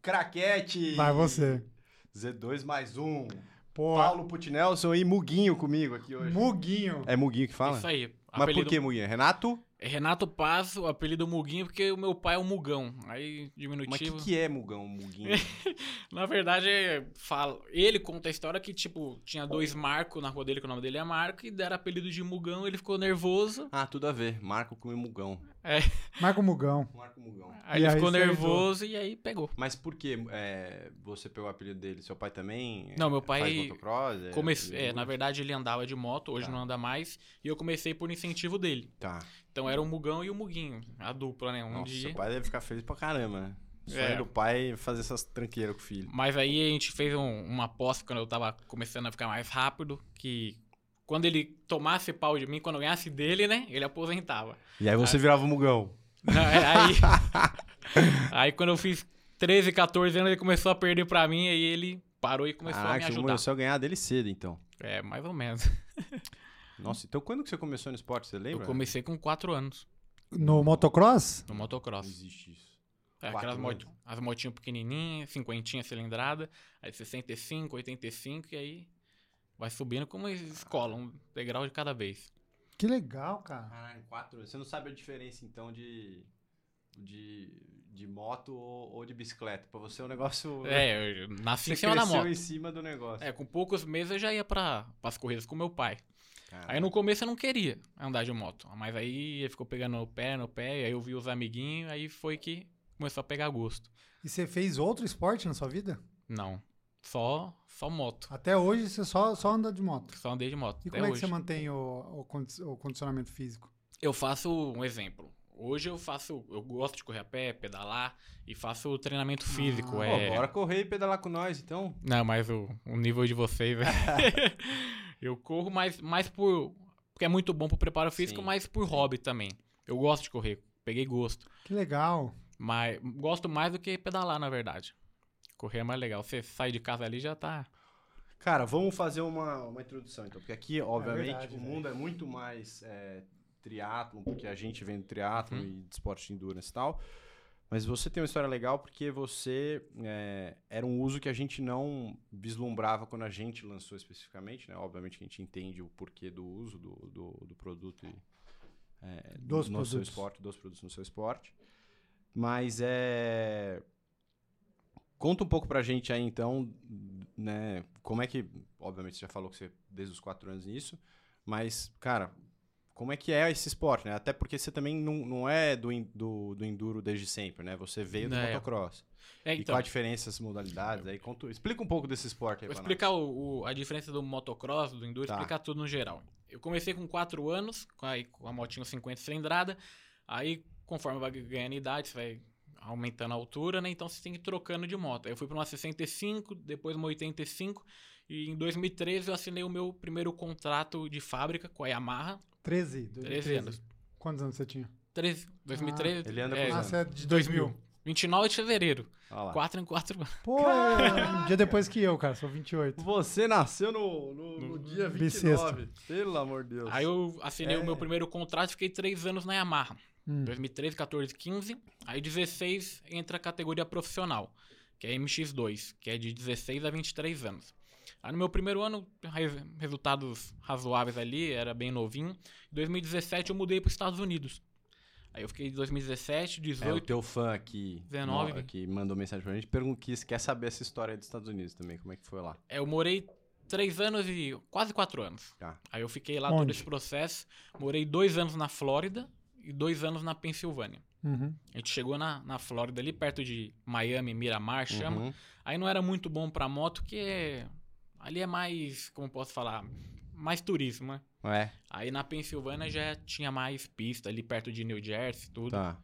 Craquete! Vai você. Z2 mais um. Pô, Paulo Putinelson e Muguinho comigo aqui hoje. Muguinho. É Muguinho que fala? Isso aí. Mas por que Muguinho? Renato? É Renato Paz, o apelido Muguinho, porque o meu pai é o Mugão. Aí, Mas diminutivo. o que é Muguinho? Na verdade, ele conta a história que, tipo, tinha 2 Marco na rua dele, que o nome dele é Marco, e deram apelido de Mugão, ele ficou nervoso. Ah, tudo a ver. Marco com Mugão. Marco Mugão. Marco Mugão. Aí E ele aí ficou você nervoso e aí pegou. Mas por que você pegou o apelido dele? Seu pai também? Não, meu pai faz motocross? Na verdade, ele andava de moto, hoje não anda mais, e eu comecei por incentivo dele. Tá. Então era o Mugão e o Muguinho, a dupla, né? Nossa, dia. seu pai deve ficar feliz pra caramba, né? O sonho do pai é fazer essas tranqueiras com o filho. Mas aí a gente fez uma aposta quando eu tava começando a ficar mais rápido, que quando ele tomasse pau de mim, quando eu ganhasse dele, né? Ele aposentava. E aí você virava o Mugão. Aí quando eu fiz 13, 14 anos, ele começou a perder pra mim, aí ele parou e começou a me você ajudar. começou a ganhar dele cedo, então. É, mais ou menos. Nossa, então quando que você começou no esporte, você lembra? Eu comecei com 4 anos No motocross? no Não motocross. existe isso. Aquelas 4 anos. as motinhas pequenininhas, 50 cilindrada, aí 65, 85 e aí vai subindo como escola, um degrau de cada vez. Que legal, cara. Caralho, 4 anos. Você não sabe a diferença, então, de moto ou de bicicleta? Pra você é um negócio... Eu nasci Você em cima da cresceu moto. em cima do negócio. Com poucos meses eu já ia pras corridas com meu pai. Caralho. Aí no começo eu não queria andar de moto, mas aí ele ficou pegando no pé, e aí eu vi os amiguinhos, aí foi que começou a pegar gosto. E você fez outro esporte na sua vida? Não, só moto, Até hoje você só anda de moto. só andei de moto, E até como é que hoje. você mantém o condicionamento físico? Eu faço um exemplo. Hoje eu gosto de correr a pé, pedalar e faço treinamento físico. Pô, bora correr e pedalar com nós, então. Não, mas o nível de vocês... Eu corro mais porque é muito bom pro preparo físico, Sim, mas por hobby também. Eu gosto de correr, peguei gosto. Que legal. Mas gosto mais do que pedalar, na verdade. Correr é mais legal. Você sai de casa ali já tá... Cara, vamos fazer uma introdução, então. Porque aqui, obviamente, verdade, o velho. mundo é muito mais triatlon, porque a gente vem do triatlon e de esporte de endurance e tal. Mas você tem uma história legal porque você era um uso que a gente não vislumbrava quando a gente lançou especificamente, né? Obviamente que a gente entende o porquê do uso do produto Dos no seu produtos. esporte, dos produtos no seu esporte. Mas conta um pouco pra gente aí, então, né? Como é que... Obviamente você já falou que você desde os 4 anos nisso, mas, cara... Como é que é esse esporte, né? Até porque você também não é do enduro desde sempre, né? Você veio do motocross. E então, qual a diferença das modalidades? Aí explica um pouco desse esporte aí vou pra explicar a diferença do motocross, do enduro, Tá. explicar tudo no geral. Eu comecei com 4 anos, com a motinha 50 cilindrada. Aí, conforme vai ganhando idade, você vai aumentando a altura, né? Então, você tem que ir trocando de moto. Aí eu fui para uma 65, depois uma 85. E em 2013 eu assinei o meu primeiro contrato de fábrica com a Yamaha. 13 anos. Quantos anos você tinha? 2013. Ele anda por Você é de 2000. 29 de fevereiro. Olha lá. 4 em 4 anos. Pô, um dia depois que eu, cara. Sou 28. Você nasceu no dia 29. Bissexto. Pelo amor de Deus. Aí eu assinei o meu primeiro contrato e fiquei 3 anos na Yamaha. 2013, 14, 15. Aí 16 entra a categoria profissional, que é MX2, que é de 16 a 23 anos. Aí no meu primeiro ano, resultados razoáveis ali, era bem novinho. Em 2017 eu mudei para os Estados Unidos. Aí eu fiquei de 2017, o 18... teu fã aqui, 19, que mandou mensagem pra gente, quer saber essa história aí dos Estados Unidos também, como é que foi lá. Eu morei 3 anos e quase 4 anos. Tá. Aí eu fiquei lá Onde? todo esse processo. Morei 2 anos na Flórida e 2 anos na Pensilvânia. Uhum. A gente chegou na Flórida ali, perto de Miami, Miramar, chama. Uhum. Aí não era muito bom pra moto, porque ali é mais, como posso falar, mais turismo, né? Aí na Pensilvânia já tinha mais pista, ali perto de New Jersey, tudo. Tá.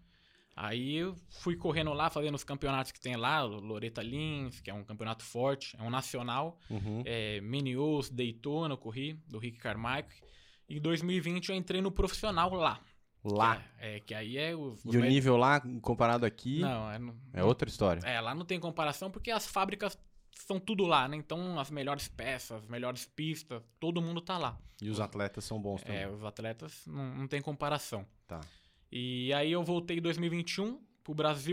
Aí eu fui correndo lá, fazendo os campeonatos que tem lá, Loretta Lins, que é um campeonato forte, é um nacional. Uhum. Mini-O's, Daytona, eu corri, do Rick Carmichael. E em 2020 eu entrei no profissional lá. Lá. Que aí é os E o nível lá, comparado aqui, Não, é outra história. lá não tem comparação porque as fábricas são tudo lá, né? Então as melhores peças, as melhores pistas, todo mundo tá lá. E os atletas são bons também. Os atletas não tem comparação. Tá. E aí eu voltei em 2021 pro Brasil.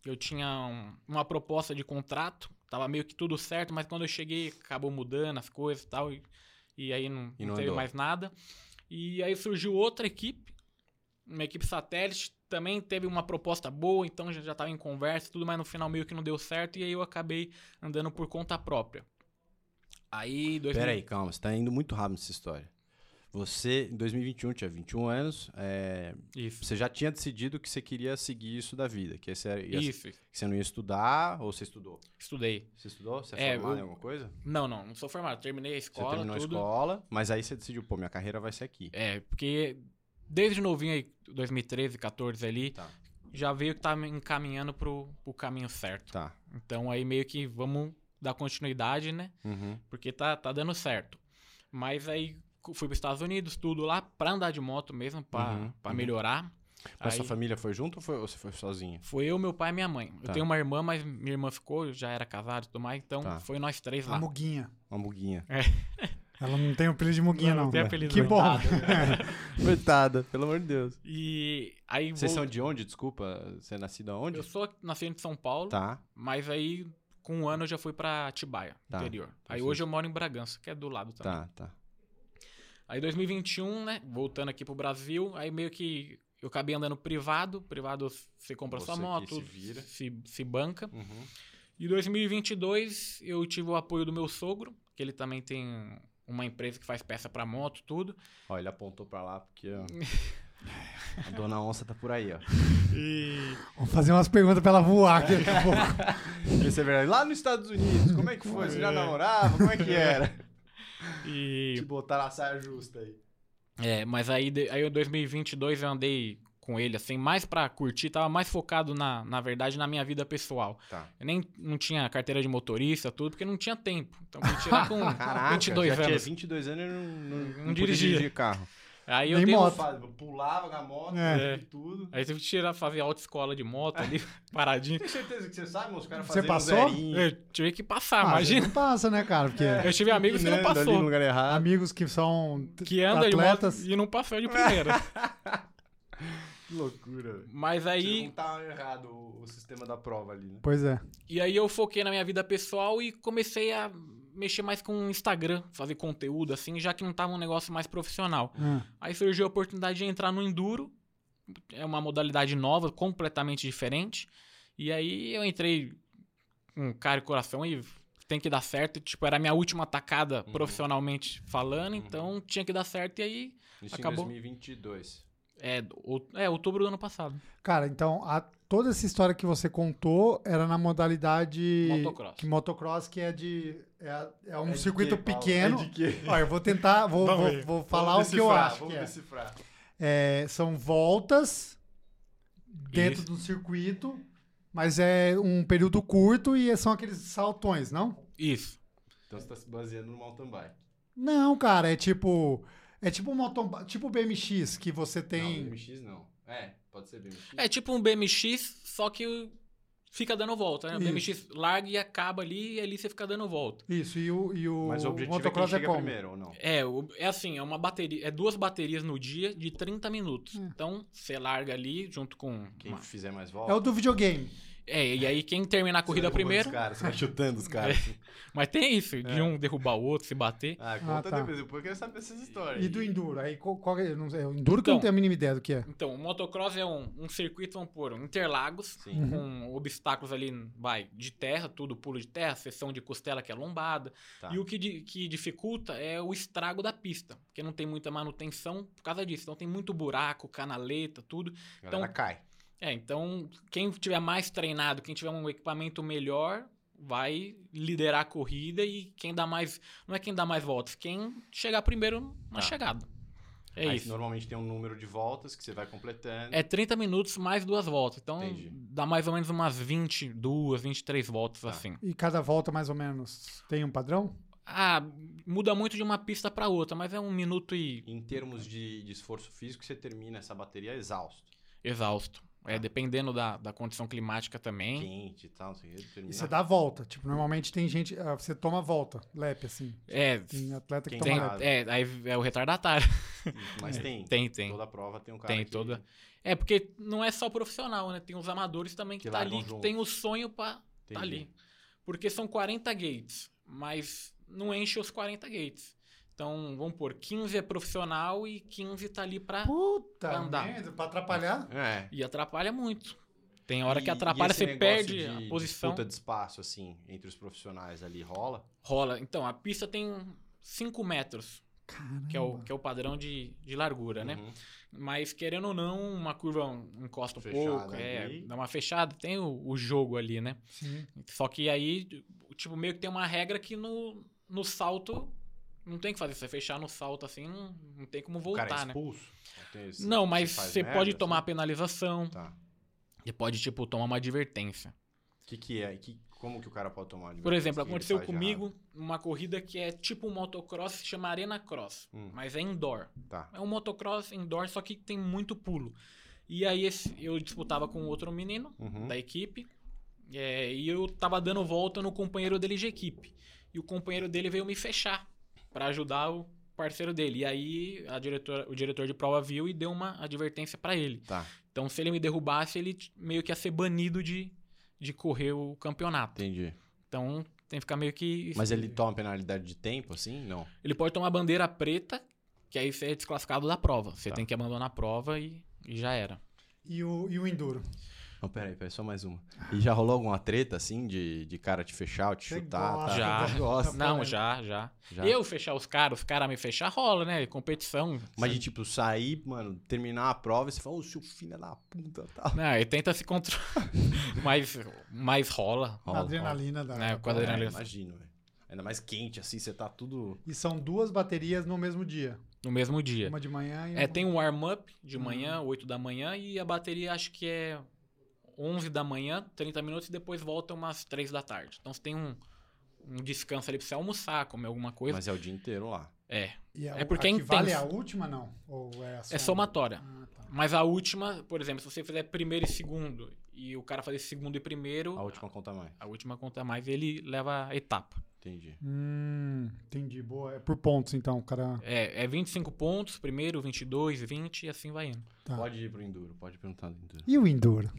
Eu tinha uma proposta de contrato, tava meio que tudo certo, mas quando eu cheguei, acabou mudando as coisas e tal, e aí não teve andou. mais nada. E aí surgiu outra equipe, uma equipe satélite, também teve uma proposta boa, então já estava em conversa e tudo, mas no final meio que não deu certo, e aí eu acabei andando por conta própria. Aí... Peraí, calma, você tá indo muito rápido nessa história. Você, em 2021, tinha 21 anos, Isso. você já tinha decidido que você queria seguir isso da vida, que Isso, que você não ia estudar, ou você estudou? estudei. Você estudou? Você é formado em alguma coisa? Não sou formado, terminei a escola, Você terminou a escola, mas aí você decidiu, pô, minha carreira vai ser aqui. Porque desde novinho aí, 2013, 14 ali, Tá. já veio que tá me encaminhando pro caminho certo. Tá. Então aí meio que vamos dar continuidade, né? Uhum. Porque tá dando certo. Mas aí fui pros Estados Unidos, tudo lá, pra andar de moto mesmo, pra melhorar. Mas Aí sua família foi junto ou você foi sozinha? foi eu, meu pai e minha mãe. Eu Tá. tenho uma irmã, mas minha irmã ficou, já era casada e tudo mais, então Tá. foi nós três A lá. Muguinha. Uma buguinha. Ela não tem o apelido de Muguinha, não. tem apelido, Que bom. Coitada, pelo amor de Deus. E aí Vocês são de onde, desculpa? Você é nascido aonde? eu sou nascido em São Paulo, Tá. mas aí com um ano eu já fui pra Atibaia, Tá. interior. Aí Perfeito. hoje eu moro em Bragança, que é do lado também. Tá. Aí 2021, né, voltando aqui pro Brasil, aí meio que eu acabei andando privado você compra sua Você que moto, se vira. se banca. Uhum. E 2022 eu tive o apoio do meu sogro, que ele também tem uma empresa que faz peça pra moto, tudo. Ó, ele apontou pra lá porque ó, a dona onça tá por aí, ó. E Vamos fazer umas perguntas pra ela voar aqui daqui a pouco. Isso é verdade. Lá nos Estados Unidos, como é que foi? Você já namorava? Como é que era? Te botar na saia justa aí. mas aí em 2022 eu andei com ele, assim, mais pra curtir, tava mais focado, na verdade, na minha vida pessoal. Tá. Eu nem não tinha carteira de motorista, tudo, porque não tinha tempo. Então, fui tirar com Caraca, 22 já anos. tinha 22 anos e não podia dirigia. dirigir carro. Aí eu Nem dei um- moto. Eu pulava com a moto É. e tudo. Aí tive que fazer autoescola de moto ali, paradinho. Tem certeza que você sabe, moço? Os caras Você fazendo passou? zerinho, Eu tive que passar, Ah, imagina. Não passa, né, cara? Porque Eu tive amigos que não empinando ali passou. no lugar errado. amigos que são Que anda atletas. de moto e não passou de primeira. Que loucura, velho. Mas Você aí... não tá errado o sistema da prova ali, né? Pois é. E aí eu foquei na minha vida pessoal e comecei a mexer mais com o Instagram, fazer conteúdo assim, já que não tava um negócio mais profissional. Aí surgiu a oportunidade de entrar no Enduro, é uma modalidade nova, completamente diferente. E aí eu entrei com cara e coração e tem que dar certo. Tipo, era a minha última tacada profissionalmente falando, então tinha que dar certo e aí Isso acabou. em 2022. Outubro do ano passado. Cara, então, toda essa história que você contou era na modalidade... Motocross. Motocross, que é de... É um É de circuito quê, Paulo? pequeno. É de quê? Ó, eu vou tentar... Vou falar o que eu acho Vamos que é. decifrar. São voltas dentro Isso. do circuito, mas é um período curto e são aqueles saltões, não? Isso. Então você tá se baseando no mountain bike. Não, cara, é tipo tipo BMX que você tem. Não, BMX não. Pode ser BMX. É tipo um BMX, só que fica dando volta, né? O Isso. BMX larga e acaba ali, e ali você fica dando volta. Isso, e o Mas o objetivo é quem motocross chega como? primeiro, ou não? É assim, é uma bateria, é 2 baterias no dia de 30 minutos. Então, você larga ali junto com Quem fizer mais É volta. o do videogame. e aí quem terminar a corrida primeiro. Você vai chutando os caras. Mas tem isso, de um derrubar o outro, se bater. Conta tá. depois. Eu quero saber essas histórias. E do Enduro? Aí qual é? Não sei, o Enduro que eu não Então, tenho a mínima ideia do que é. Então, o motocross é um circuito, vamos pôr, Interlagos, Sim. com obstáculos ali, de terra, tudo pulo de terra, seção de costela que é lombada. Tá. E o que dificulta é o estrago da pista, porque não tem muita manutenção por causa disso. Então tem muito buraco, canaleta, tudo. A galera cai. Então quem tiver mais treinado, quem tiver um equipamento melhor, vai liderar a corrida e quem dá mais... Não é quem dá mais voltas, quem chegar primeiro na chegada. É Aí isso. normalmente tem um número de voltas que você vai completando. É 30 minutos mais 2 voltas. Então, Entendi. dá mais ou menos umas 22, 23 voltas, assim. E cada volta, mais ou menos, tem um padrão? Muda muito de uma pista pra outra, mas é 1 minuto e Em termos de esforço físico, você termina essa bateria exausto. exausto. Dependendo da condição climática também. Quente e tal. Você termina... E você dá a volta. Tipo, normalmente tem gente... você toma a volta, lap, assim. Tem atleta que Quem toma tem- lap. Aí é o retardatário. Mas tem. Tem. Toda prova tem um cara Tem que... toda. Porque não é só profissional, né? Tem os amadores também que tá largam ali, que juntos. tem o sonho pra tá Entendi. ali. Porque são 40 gates, mas não enche os 40 gates. Então, vamos pôr, 15 é profissional e 15 tá ali pra... Puta andar. merda, pra atrapalhar? E atrapalha muito. Tem hora que E atrapalha, esse você negócio perde de a posição. disputa de espaço, assim, entre os profissionais ali, rola? Rola. Então, a pista tem 5 metros, Caramba. que é o padrão de largura, né? Uhum. Mas, querendo ou não, uma curva encosta um Fechada pouco, ali. dá uma fechada, tem o jogo ali, né? Sim. Só que aí, tipo, meio que tem uma regra que no salto não tem que fazer. Se você fechar no salto assim, não tem como O cara é voltar, né? expulso? Tem esse- Não, mas faz você merda, pode assim? tomar penalização, Tá. você pode, tipo, tomar uma advertência. O que é? Como que o cara pode tomar? Por exemplo, O que ele aconteceu faz de comigo uma corrida que é tipo um motocross, se chama Arena Cross, mas é indoor. errado? Tá. É um motocross indoor, só que tem muito pulo. E aí eu disputava com outro menino Uhum. da equipe, e eu tava dando volta no companheiro dele de equipe. E o companheiro dele veio me fechar pra ajudar o parceiro dele. E aí o diretor de prova viu e deu uma advertência pra ele. Tá, Então, se ele me derrubasse, ele meio que ia ser banido de correr o campeonato. entendi. Então, tem que ficar meio que... Mas ele toma penalidade de tempo, assim? Não. Ele pode tomar bandeira preta, que aí você é desclassificado da prova. Você Tá. tem que abandonar a prova e já era. E o enduro? Não, peraí, só mais uma. E já rolou alguma treta, assim, de cara te fechar ou te Você chutar? gosta, Tá? Já. Gosta. Não, polêmica. já. Já. Eu fechar os caras me fechar, rola, né? Competição. Mas de, tipo, sair, mano, terminar a prova e você fala, ô, seu filho da puta, tal. Não, ele tenta se controlar. mas rola. A adrenalina da... Né, com a adrenalina. Imagino, velho. Ainda mais quente, assim, você tá tudo... E são 2 baterias no mesmo dia. No mesmo dia. Uma de manhã e uma... Tem um warm-up de manhã, 8 da manhã, e a bateria acho que é 11 da manhã, 30 minutos, e depois volta umas 3 da tarde. Então você tem um descanso ali pra você almoçar, comer alguma coisa. Mas é o dia inteiro lá. E É porque a é que vale intenso. a última, não? Ou é a É somatória. Ah, tá. Mas a última, por exemplo, se você fizer primeiro e segundo, e o cara fazer segundo e primeiro, A última conta mais. a última conta mais, ele leva a etapa. Entendi. Entendi. Boa. É por pontos, então, o cara... É 25 pontos, primeiro, 22, 20 e assim vai indo. Tá. Pode ir pro Enduro, pode perguntar do Enduro. E o enduro?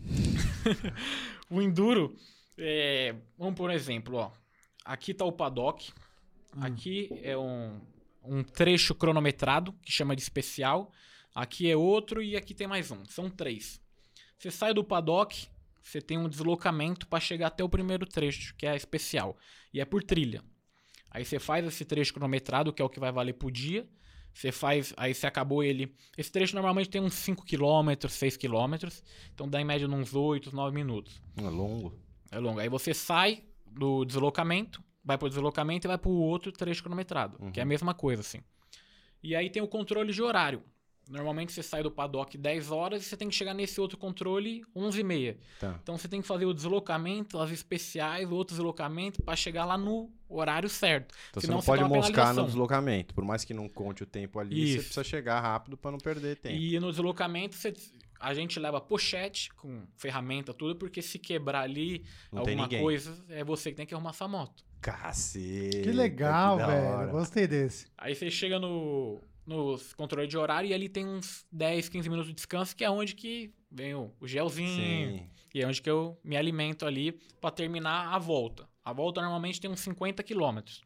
O Enduro, vamos por um exemplo, ó. Aqui tá o paddock. Aqui é um trecho cronometrado, que chama de especial. Aqui é outro e aqui tem mais um. São 3. Você sai do paddock, você tem um deslocamento para chegar até o primeiro trecho, que é a especial. E é por trilha. Aí você faz esse trecho cronometrado, que é o que vai valer por dia. Você faz, aí você acabou ele... Esse trecho normalmente tem uns 5 km, 6 km. Então dá em média uns 8, 9 minutos. É longo. É longo. Aí você sai do deslocamento, vai pro deslocamento e vai pro outro trecho cronometrado, que é a mesma coisa, assim. E aí tem o controle de horário. Normalmente você sai do paddock 10 horas e você tem que chegar nesse outro controle 11h30. Tá. Então você tem que fazer o deslocamento, as especiais, outro deslocamento para chegar lá no horário certo. Então Senão você não pode toma moscar no penalização. deslocamento. Por mais que não conte o tempo ali, você Isso. precisa chegar rápido pra não perder tempo. E no deslocamento a gente leva pochete com ferramenta, tudo, porque se quebrar ali Não tem alguma ninguém. coisa, é você que tem que arrumar sua moto. Cacete. Que legal, que da velho. hora. Gostei desse. Aí você chega no controle de horário e ali tem uns 10, 15 minutos de descanso, que é onde que vem o gelzinho. Sim. E é onde que eu me alimento ali pra terminar a volta. A volta normalmente tem uns 50 quilômetros.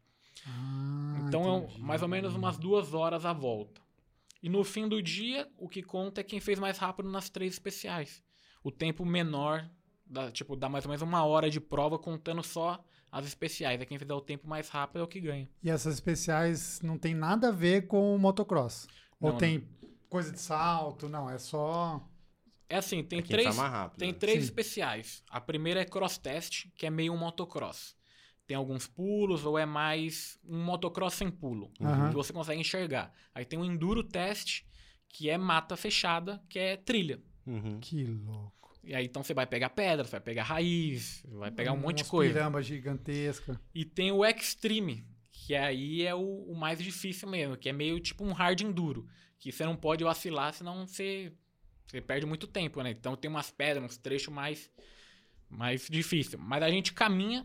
Então Entendi. é mais ou menos umas 2 horas a volta. E no fim do dia, o que conta é quem fez mais rápido nas 3 especiais. O tempo menor, dá mais ou menos 1 hora de prova contando só as especiais. É quem fizer o tempo mais rápido é o que ganha. E essas especiais não tem nada a ver com o motocross? Ou Não, tem coisa de salto? Não, é só... É assim, tem É quem três, faz mais rápido, tem né? 3 Sim. especiais. A primeira é cross test, que é meio um motocross. Tem alguns pulos ou é mais um motocross sem pulo, Aham. que você consegue enxergar. Aí tem o enduro test, que é mata fechada, que é trilha. Uhum. Que louco. E aí então você vai pegar pedra, você vai pegar raiz, vai pegar um monte de Umas coisa. piramba gigantesca. E tem o extreme, que aí é o mais difícil mesmo, que é meio tipo um hard enduro, que você não pode vacilar, senão você perde muito tempo, né? Então tem umas pedras, uns trechos mais difícil. Mas a gente caminha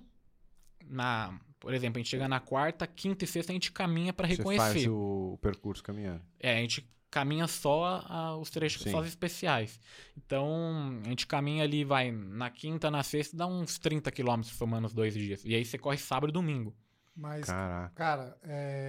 por exemplo, a gente chega na quarta, quinta e sexta, a gente caminha pra Você reconhecer. faz o percurso caminhando. A gente caminha só os trechos Sim. só os especiais. Então, a gente caminha ali, vai na quinta, na sexta, dá uns 30 quilômetros somando os 2 dias. E aí você corre sábado e domingo. Mas, Caraca. cara,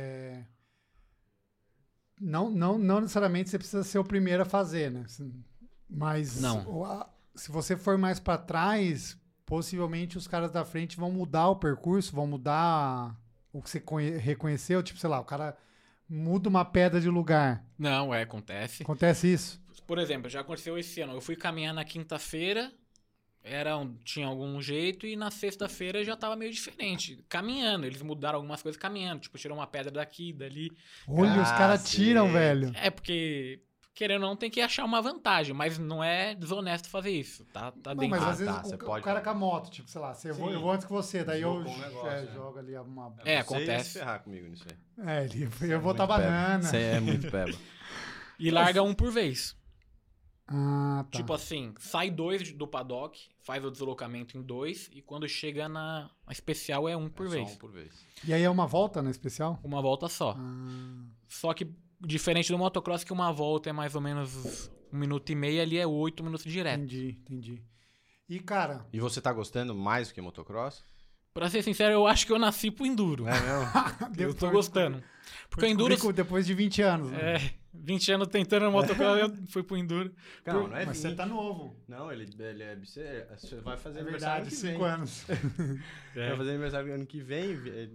não necessariamente você precisa ser o primeiro a fazer, né? Mas Não. Se você for mais pra trás, possivelmente os caras da frente vão mudar o percurso, vão mudar o que você reconheceu. Tipo, sei lá, o cara muda uma pedra de lugar. Não, acontece. Acontece isso? Por exemplo, já aconteceu esse ano. Eu fui caminhar na quinta-feira, tinha algum jeito, e na sexta-feira já tava meio diferente. Caminhando, eles mudaram algumas coisas caminhando. Tipo, tirou uma pedra daqui, dali. Olha, os caras sim. tiram, velho. É porque, querendo ou não, tem que achar uma vantagem, mas não é desonesto fazer isso. Tá Não, dentro. mas Ah, às vezes tá, você o pode cara fazer. com a moto, tipo, sei lá, eu vou antes que você, daí eu Deslocou um negócio, jogo ali uma... É, Você ia acontece. se ferrar comigo nisso aí. Ele ia botar banana. Você é muito peba. E larga um por vez. Ah, tá. Tipo assim, sai 2 do paddock, faz o deslocamento em 2, e quando chega na especial é um por É vez. Só um por vez. E aí é uma volta na especial? Uma volta só. Ah, Só que, diferente do motocross, que uma volta é mais ou menos 1 minuto e meio, ali é 8 minutos direto. entendi. E, cara... E você tá gostando mais do que motocross? Pra ser sincero, eu acho que eu nasci pro enduro. É mesmo? Eu tô gostando. Porque o enduro... Depois de 20 anos, né? 20 anos tentando no motocross, eu fui pro enduro. Não, não é Mas 20. você tá novo. Não, ele você vai fazer É aniversário verdade, ano que vem. 5 anos. Vai fazer aniversário ano que vem,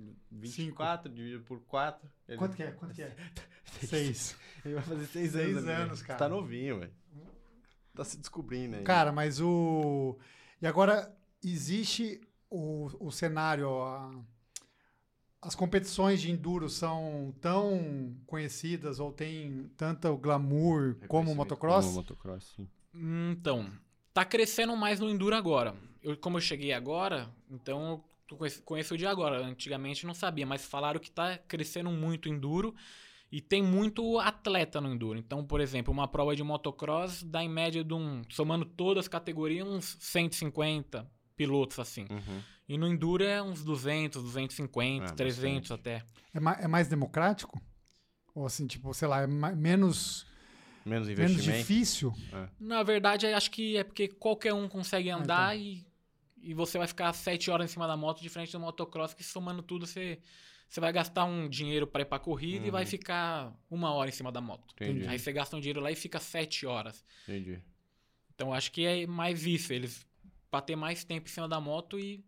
24 dividido por 4. Quanto que é? 6. Ele vai fazer 6 anos. 6 ano que vem. anos, cara. Você tá novinho, velho. Tá se descobrindo aí. Cara, mas o... E agora, existe o cenário... As competições de enduro são tão conhecidas ou tem tanto glamour como o motocross? Como o motocross, sim. Então, tá crescendo mais no enduro agora. Como eu cheguei agora, então eu conheço o de agora. Antigamente não sabia, mas falaram que tá crescendo muito o enduro e tem muito atleta no enduro. Então, por exemplo, uma prova de motocross dá em média somando todas as categorias, uns 150 pilotos assim. Uhum. E no enduro é uns 200, 250, 300 bastante. até. É mais democrático? Ou assim, tipo, sei lá, é menos Menos difícil? Na verdade, eu acho que é porque qualquer um consegue andar e você vai ficar 7 horas em cima da moto, diferente do motocross, que somando tudo, você vai gastar um dinheiro para ir pra corrida e vai ficar 1 hora em cima da moto. Entendi. Aí você gasta um dinheiro lá e fica 7 horas. Entendi. Então, eu acho que é mais isso. Eles, pra ter mais tempo em cima da moto e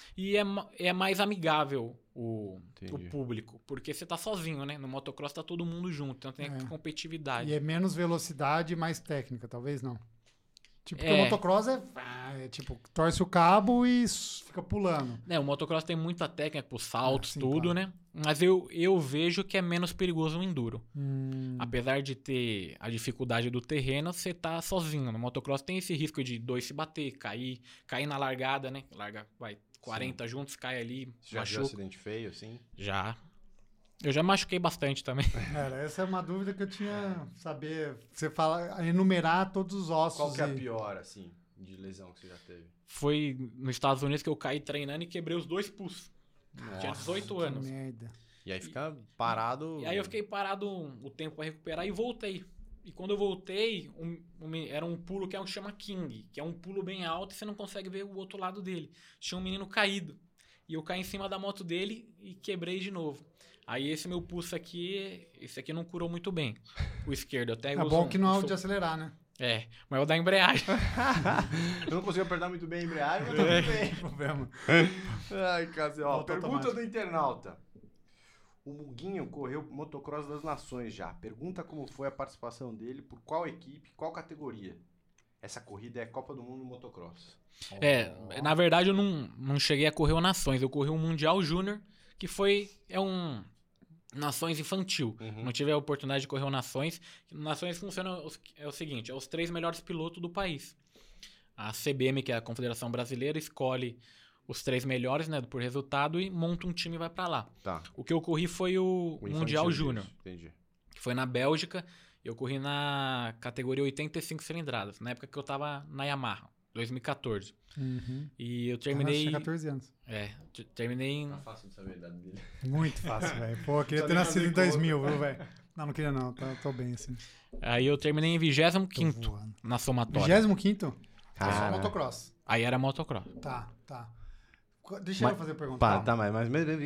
é mais amigável o público. Porque você tá sozinho, né? No motocross tá todo mundo junto. Então tem a competitividade. E é menos velocidade e mais técnica, talvez não. Tipo, porque o motocross é tipo, torce o cabo e fica pulando. O motocross tem muita técnica pros saltos, sim, tudo, claro. né? Mas eu vejo que é menos perigoso o enduro. Apesar de ter a dificuldade do terreno, você tá sozinho. No motocross tem esse risco de 2 se bater, cair na largada, né? Larga, 40 juntos, cai ali, Você já viu machuca. acidente feio, assim? Já. Eu já machuquei bastante também. Cara, essa é uma dúvida que eu tinha saber. Você fala, enumerar todos os ossos. Qual que é a pior, assim, de lesão que você já teve? Foi nos Estados Unidos que eu caí treinando e quebrei os 2 pulsos. Tinha 18 Que anos. merda. E aí fica parado... E aí eu fiquei parado o tempo pra recuperar e voltei. E quando eu voltei, era um pulo que chama King, que é um pulo bem alto e você não consegue ver o outro lado dele. Tinha um menino caído. E eu caí em cima da moto dele e quebrei de novo. Aí esse meu pulso aqui, esse aqui não curou muito bem. O esquerdo. Até É bom que não é o de acelerar, né? Mas é o da embreagem. Eu não consigo apertar muito bem a embreagem, mas tá tudo bem. Problema. Ai, Cássio, ó, Volta pergunta automático. do internauta. O Muguinho correu Motocross das Nações já. Pergunta como foi a participação dele, por qual equipe, qual categoria. Essa corrida é Copa do Mundo Motocross. Na verdade eu não cheguei a correr o Nações. Eu corri o Mundial Júnior, que um Nações infantil. Não tive a oportunidade de correr o Nações. Nações funciona o seguinte, é os 3 melhores pilotos do país. A CBM, que é a Confederação Brasileira, escolhe os 3 melhores, né, por resultado e monta um time e vai pra lá. Tá. O que eu corri foi o Mundial infantil Júnior, disso, entendi. que foi na Bélgica. Eu corri na categoria 85 cilindradas, na época que eu tava na Yamaha. 2014. Uhum. E eu Cara, terminei... tinha 14 anos. Terminei em... Tá fácil de saber a idade dele. Muito fácil, velho. Pô, eu queria Só ter nem nascido em fazer 2000, viu, velho? Não queria não. Tô bem, assim. Aí eu terminei em 25º Tô voando. na somatória. 25º? É só Cara. motocross. Aí era motocross. Tá. Deixa eu fazer a pergunta. Pá, calma. tá, mas...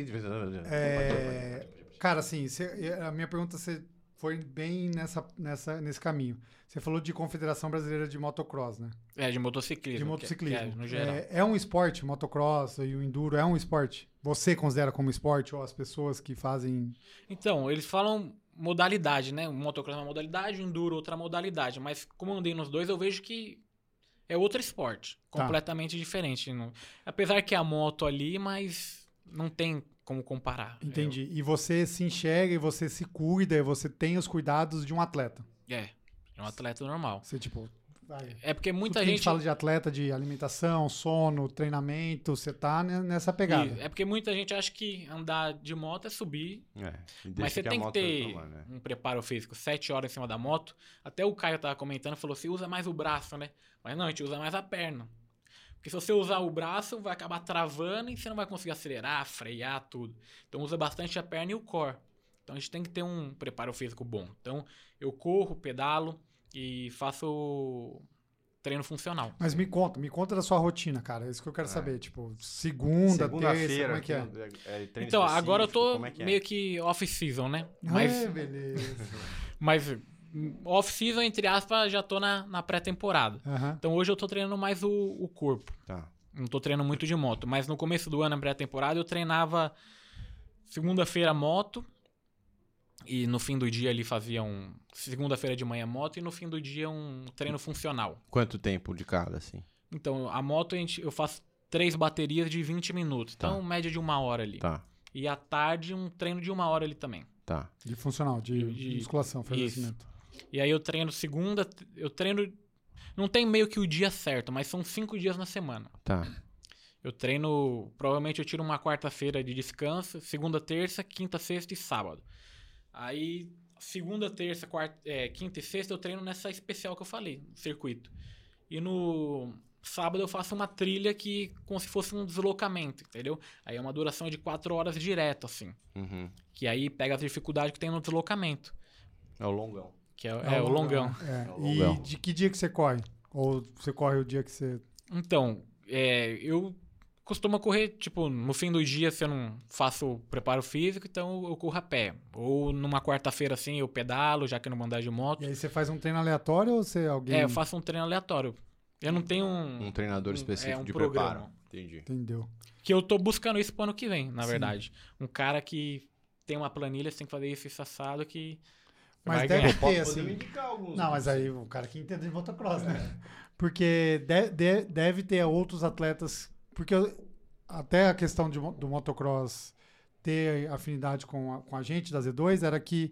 Cara, assim, a minha pergunta foi bem nesse caminho. Você falou de Confederação Brasileira de Motocross, né? De motociclismo. De motociclismo. Que é, no geral. É um esporte, motocross e o enduro é um esporte? Você considera como esporte ou as pessoas que fazem... Então, eles falam modalidade, né? O motocross é uma modalidade, o enduro outra modalidade. Mas como eu andei nos dois, eu vejo que é outro esporte. Tá. Completamente diferente. Apesar que é a moto ali, mas não tem como comparar. Entendi. E você se enxerga e você se cuida e você tem os cuidados de um atleta. É um atleta normal. Você, tipo... vai. É porque muita Tudo que a gente... fala de atleta, de alimentação, sono, treinamento, você tá nessa pegada. É porque muita gente acha que andar de moto é subir. Mas você tem que ter um preparo físico. 7 horas em cima da moto. Até o Caio tava comentando, falou, você usa mais o braço, né? Mas não, a gente usa mais a perna. Porque se você usar o braço, vai acabar travando e você não vai conseguir acelerar, frear, tudo. Então usa bastante a perna e o core. Então a gente tem que ter um preparo físico bom. Então eu corro, pedalo e faço treino funcional. Mas me conta da sua rotina, cara. É isso que eu quero saber. Tipo, segunda, terça, como é que é? Então, agora eu tô meio que off-season, né? Beleza. Mas off-season, entre aspas, já tô na pré-temporada. Uhum. Então hoje eu tô treinando mais o corpo. Tá. Não tô treinando muito de moto. Mas no começo do ano, na pré-temporada, eu treinava segunda-feira moto. E no fim do dia ali fazia segunda-feira de manhã moto e no fim do dia um treino funcional. Quanto tempo de cada, assim? Então, a moto eu faço 3 baterias de 20 minutos. Tá. Então, média de 1 hora ali. Tá. E à tarde, um treino de 1 hora ali também. Tá. De funcional, de musculação, fortalecimento. E aí eu treino segunda, não tem meio que o dia certo, mas são 5 dias na semana. Tá. Eu treino, provavelmente eu tiro uma quarta-feira de descanso, segunda, terça, quinta, sexta e sábado. Aí, segunda, terça, quinta e sexta eu treino nessa especial que eu falei, no circuito. E no sábado eu faço uma trilha que como se fosse um deslocamento, entendeu? Aí é uma duração de 4 horas direto, assim. Uhum. Que aí pega as dificuldades que tem no deslocamento. É o longão. Que é o longão. É. É o longão. E de que dia que você corre? Ou você corre o dia que você... Então, eu costumo correr, tipo, no fim do dia, se eu não faço preparo físico, então eu corro a pé. Ou numa quarta-feira, assim, eu pedalo, já que eu não vou andar de moto. E aí você faz um treino aleatório ou você alguém... Eu faço um treino aleatório. Eu não tenho um treinador específico de programa. preparo. Entendi. Entendeu. Que eu tô buscando isso pro ano que vem, na Sim. verdade. Um cara que tem uma planilha, você tem que fazer isso assado que Mas vai deve ganhar. ter, Podemos assim... indicar alguns. Não, mas aí o cara que entende de motocross, né? Porque deve ter outros atletas... Porque até a questão do motocross ter afinidade com a gente da Z2 era que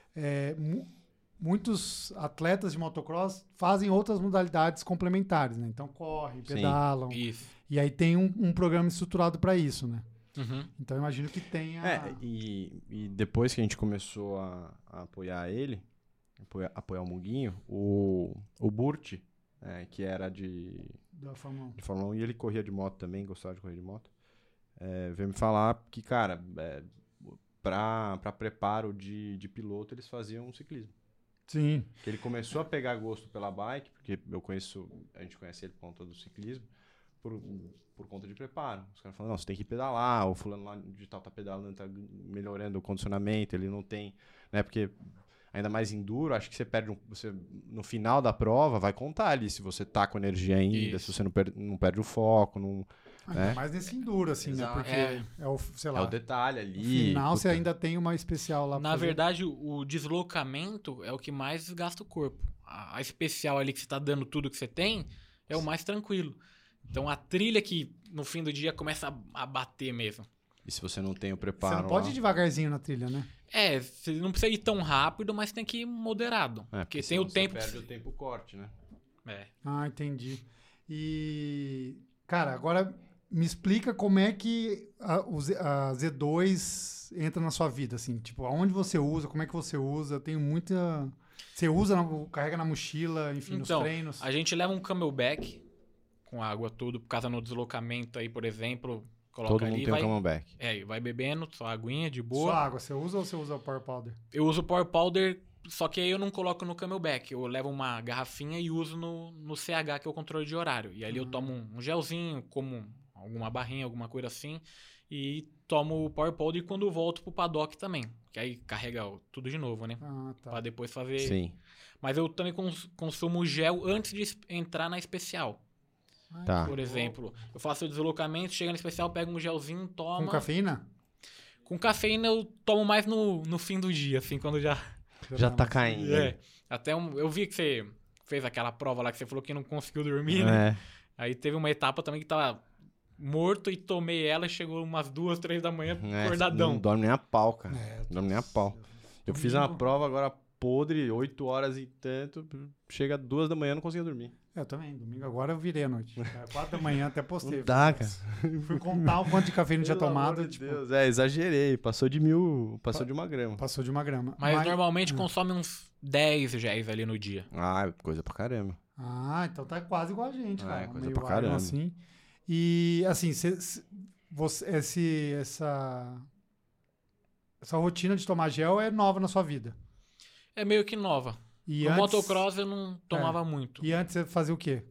muitos atletas de motocross fazem outras modalidades complementares, né? Então correm, pedalam. Isso. E aí tem um programa estruturado para isso, né? Uhum. Então eu imagino que tenha... E depois que a gente começou a apoiar ele, apoiar o Muguinho, o Burt, que era Da Fórmula 1. de Fórmula 1 e ele corria de moto também, gostava de correr de moto, veio me falar que, cara, pra preparo de piloto eles faziam ciclismo. Sim. Que ele começou a pegar gosto pela bike, porque a gente conhece ele por conta do ciclismo, por conta de preparo. Os caras falam, não, você tem que pedalar, o fulano lá de tal tá pedalando, tá melhorando o condicionamento, ele não tem, né, porque ainda mais enduro, acho que você perde você no final da prova vai contar ali se você tá com energia ainda, Isso. se você não perde o foco, não, Ainda mais nesse enduro, assim, Exato. né? Porque é o, sei lá, é o detalhe ali. no final você puta. ainda tem uma especial lá pra Na fazer. verdade, o deslocamento é o que mais gasta o corpo. A especial ali que você tá dando tudo que você tem é o mais tranquilo. Então a trilha que no fim do dia começa a bater mesmo. E se você não tem o preparo Você não pode lá, ir devagarzinho na trilha, né? Você não precisa ir tão rápido, mas tem que ir moderado. Porque tem o senão tempo... você perde o tempo corte, né? Ah, entendi. E, cara, agora me explica como é que a Z2 entra na sua vida, assim. Tipo, aonde você usa, como é que você usa? Eu tenho muita... Você usa, carrega na mochila, enfim, Então, nos treinos. a gente leva um camelback com água tudo, por causa no deslocamento aí, por exemplo, coloca Todo ali mundo e tem um vai... Camelback. E vai bebendo, só aguinha de Só boa. água, você usa ou você usa o Power Powder? Eu uso Power Powder, só que aí eu não coloco no Camelback. Eu levo uma garrafinha e uso no CH, que é o controle de horário. E ali eu tomo um gelzinho, como alguma barrinha, alguma coisa assim. E tomo o Power Powder quando eu volto pro paddock também. Que aí carrega tudo de novo, né? Ah, tá. Pra depois fazer... Sim. Mas eu também consumo gel antes de entrar na especial. Ai, Tá. Por exemplo, eu faço o deslocamento, chega na especial, pego um gelzinho, toma. Com cafeína? Com cafeína eu tomo mais no fim do dia, assim, quando já... Já tá caindo. É. Até eu vi que você fez aquela prova lá que você falou que não conseguiu dormir, né? É. Aí teve uma etapa também que tava morto e tomei ela, chegou umas 2, 3 da manhã, acordadão. Não dorme nem a pau, cara. É, Não dorme nem a pau. Eu fiz uma prova agora podre, 8 horas e tanto, chega 2 da manhã, não conseguia dormir. Eu também. Domingo agora eu virei à noite. 4 da manhã até postei. Não dá, cara. Fui contar o quanto de cafeína eu tinha Pelo tomado. amor de Tipo, Deus, exagerei. Passou de 1.000, passou de 1 grama. passou de 1 grama. Mas normalmente consome uns 10 géis ali no dia. Ah, coisa pra caramba. Ah, então tá quase igual a gente, cara. coisa Meio pra caramba. Iron, assim. E, assim, essa rotina de tomar gel é nova na sua vida. É meio que nova. E No antes, motocross eu não tomava muito. E antes você fazia o quê?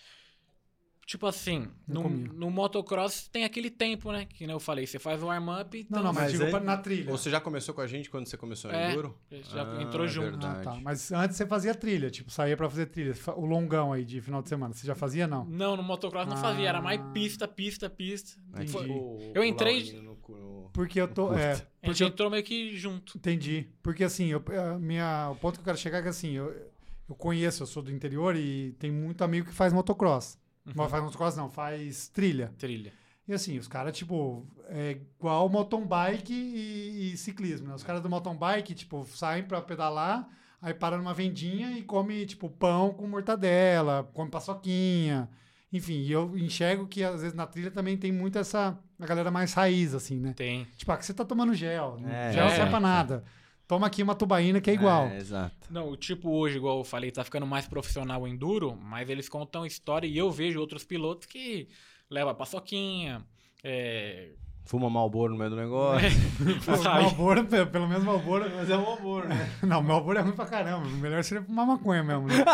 Tipo assim, Não comia. no motocross tem aquele tempo, né? Que nem eu falei, você faz o warm-up... Então Não, mas digo aí- na trilha. Você já começou com a gente quando você começou no É, Enduro? já entrou junto. Verdade. Ah, tá. Mas antes você fazia trilha, tipo, saía pra fazer trilha. O longão aí de final de semana. Você já fazia, não? Não, no motocross não fazia, era mais pista. Aí Foi- ficou Eu entrei- o Laurino no- Porque eu tô... curto. É, A gente porque eu entrou meio que junto. entendi. Porque assim, o ponto que eu quero chegar é que assim, eu conheço, eu sou do interior e tem muito amigo que faz motocross. Não faz motocross, não, faz trilha. Trilha. E assim, os caras, tipo, é igual mountain bike e ciclismo, né? Os caras do mountain bike, tipo, saem pra pedalar, aí para numa vendinha e come, tipo, pão com mortadela, come paçoquinha. Enfim, e eu enxergo que às vezes na trilha também tem muito a galera mais raiz, assim, né? Tem. Tipo, aqui você tá tomando gel. É, Gel não é. serve pra nada. Toma aqui uma tubaína que é igual. Exato. Não, tipo hoje, igual eu falei, tá ficando mais profissional o enduro, mas eles contam história e eu vejo outros pilotos que levam paçoquinha, Fuma Marlboro no meio do negócio. Marlboro, pelo menos Marlboro. Mas é um Marlboro, né? Não, Marlboro é ruim pra caramba. O melhor seria fumar maconha mesmo, né?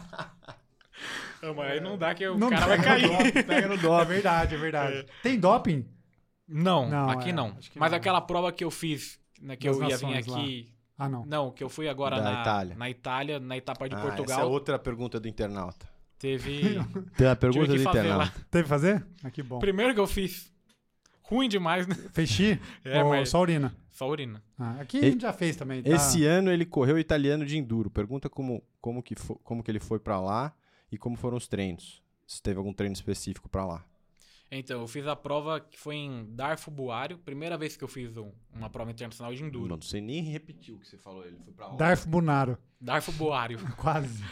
Não, mas aí não dá que o Não cara dá, vai cair. Pega no É dó. verdade, é verdade. Tem doping? Não, Não, aqui é, não. acho que Mas não. aquela prova que eu fiz, né, que Das eu ia vir nações lá. aqui... Ah, não. Não, que eu fui agora Da Itália. na Itália, na etapa de Essa Portugal, é outra pergunta do internauta. teve... Tem a pergunta tive do que fazer internauta. lá. Teve que fazer? Ah, que bom. Primeiro que eu fiz, ruim demais, né? Fez xi? É, Ou mas- só urina? Só urina. Ah, aqui a gente já fez também. Tá? Esse ano ele correu italiano de enduro. Pergunta como que ele foi pra lá e como foram os treinos. Se teve algum treino específico pra lá. Então, eu fiz a prova que foi em Darfo Buário, primeira vez que eu fiz uma prova internacional de enduro. Não sei nem repetir o que você falou. Ele foi pra onde? Darth Bunaro. Darfo Buário. Quase.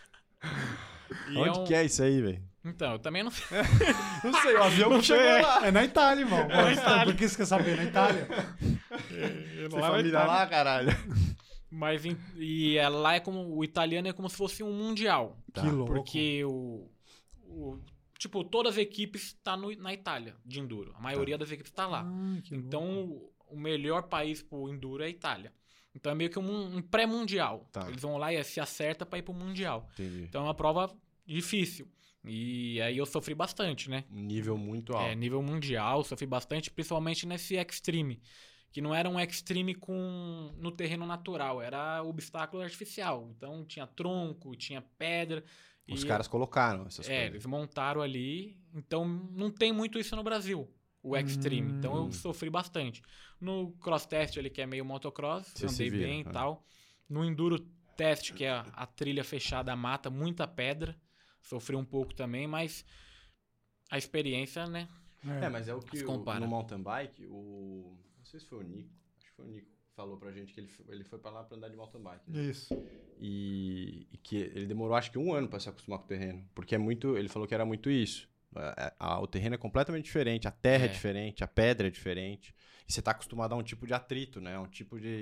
E Onde que é isso aí, velho? Então, eu também não sei. Não sei, o avião Não que chegou sei. lá. É na Itália, irmão. na Itália. Por que você quer saber? Na Itália? Tem família lá, caralho. Mas lá é como o italiano é como se fosse um mundial. Tá. Que louco. Porque tipo, todas as equipes tá na Itália de enduro. A maioria das equipes tá lá. Ah, que louco. Então, o melhor país pro enduro é a Itália. Então é meio que um pré-mundial. Tá. Eles vão lá e se acerta pra ir pro mundial. Entendi. Então é uma prova difícil. E aí eu sofri bastante, né? Um nível muito alto. Nível mundial, sofri bastante, principalmente nesse extreme. Que não era um extreme no terreno natural, era obstáculo artificial. Então tinha tronco, tinha pedra. Os e- caras colocaram essas coisas. eles montaram ali. Então não tem muito isso no Brasil, o extreme. Então eu sofri bastante. No cross test ali, que é meio motocross, Você se andei vira, bem e né? tal. No enduro test, que é a trilha fechada, a mata, muita pedra. Sofri um pouco também, mas a experiência, né? Mas é o que Se compara. no mountain bike, não sei se foi o Nico, acho que foi o Nico que falou pra gente que ele foi pra lá pra andar de mountain bike. Né? Isso. E que ele demorou acho que 1 ano pra se acostumar com o terreno, porque ele falou que era muito isso. O terreno é completamente diferente, a terra é diferente, a pedra é diferente, e você tá acostumado a um tipo de atrito, né? Um tipo de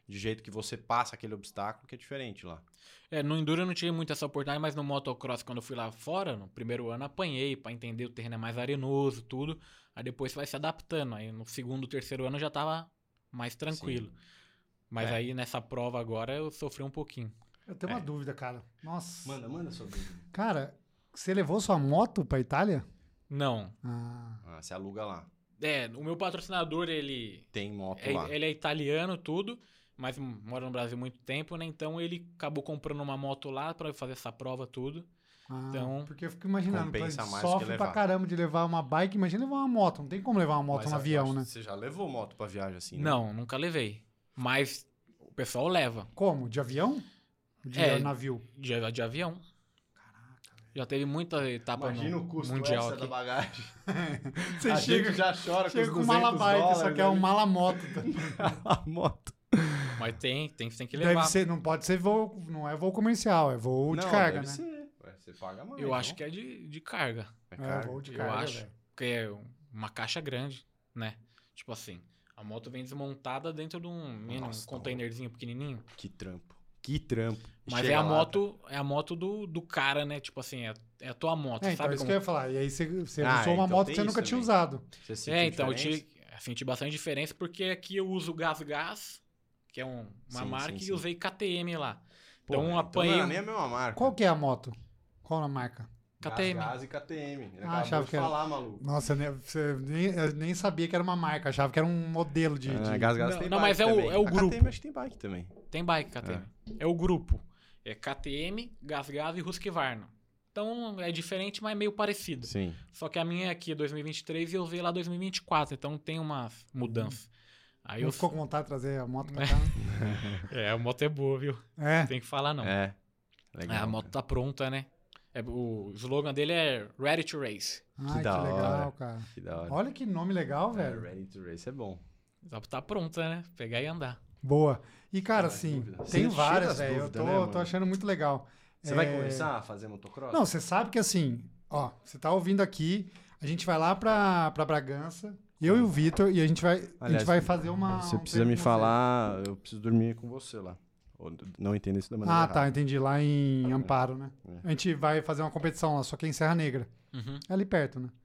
de jeito que você passa aquele obstáculo que é diferente lá. No Enduro eu não tive muito essa oportunidade, mas no motocross, quando eu fui lá fora, no primeiro ano apanhei pra entender o terreno é mais arenoso, tudo. Aí depois você vai se adaptando. Aí no segundo, terceiro ano eu já tava mais tranquilo. Sim. Mas aí nessa prova agora eu sofri um pouquinho. Eu tenho uma dúvida, cara. Nossa. Manda sua dúvida. Cara, você levou sua moto pra Itália? Não. Você aluga lá. O meu patrocinador, ele Tem moto lá. ele é italiano, tudo, mas mora no Brasil há muito tempo, né? Então ele acabou comprando uma moto lá pra fazer essa prova, tudo. Então, porque eu fico imaginando, compensa ele mais do que sofre pra levar. caramba de levar uma bike, imagina levar uma moto. Não tem como levar uma moto Mas no eu avião, acho né? que Você já levou moto pra viagem assim, né? não, nunca levei. Mas o pessoal leva. Como? De avião? De navio? De avião. Já teve muita etapa Imagina no o custo mundial extra aqui. da bagagem. Você A chega, gente já chora chega com com os mala 200 bike, dólares. só que é um mala moto. A moto. Mas tem que levar. Deve ser, não pode ser voo, não é voo comercial, é voo de carga, né? Ser. Ué, você paga mais. Eu acho que é de carga. É É, carga. voo de Eu carga, acho. velho. Porque é uma caixa grande, né? Tipo assim, a moto vem desmontada dentro de um containerzinho pequenininho. Que trampo. Que trampo. Mas Chega é a lá, moto do cara, né? Tipo assim, é a tua moto, Então sabe isso como... que eu ia falar. E aí você usou uma então moto tem que você isso nunca tinha também. usado. Você sentiu Então eu diferença? senti bastante diferença porque aqui eu uso Gás, que é uma Sim, marca, sim, e sim. usei KTM lá. Porra, Então eu não apanhei... era nem a mesma marca. Qual que é a moto? Qual a marca? KTM. Gás e KTM. Ele achava acabou de que era- falar, maluco. Nossa, eu nem sabia que era uma marca, achava que era um modelo de... Gás Não, tem não, bike mas é o- também. é o A grupo. KTM acho que tem bike também. Tem bike KTM. É o grupo. É KTM, Gás e Husqvarna. Então é diferente, mas é meio parecido. Sim. Só que a minha aqui é 2023 e eu usei lá 2024, então tem umas mudanças. Aí Não eu... ficou com vontade de trazer a moto pra cá? a moto é boa, viu? É. Tem que falar não. É. Legal. A moto tá pronta, né? O slogan dele é Ready to Race. Ai, que da legal, hora. cara. Que da hora. Olha que nome legal, velho. Ready to Race é bom. Tá pronta, né? Pegar e andar. Boa. E, cara, Mais assim, dúvida. tem Você várias, tira as velho. Eu dúvidas, né, tô mano? achando muito legal. Você vai começar a fazer motocross? Não, você sabe que assim, ó, você tá ouvindo aqui, a gente vai lá pra Bragança, eu e o Vitor, e a gente vai fazer uma... Você um precisa treino me com falar, eu preciso dormir com você lá. Ou não entender isso da você. maneira Ah, tá, errada. entendi. Lá em Amparo, né? É. A gente vai fazer uma competição lá, só que é em Serra Negra. Uhum. É ali perto, né?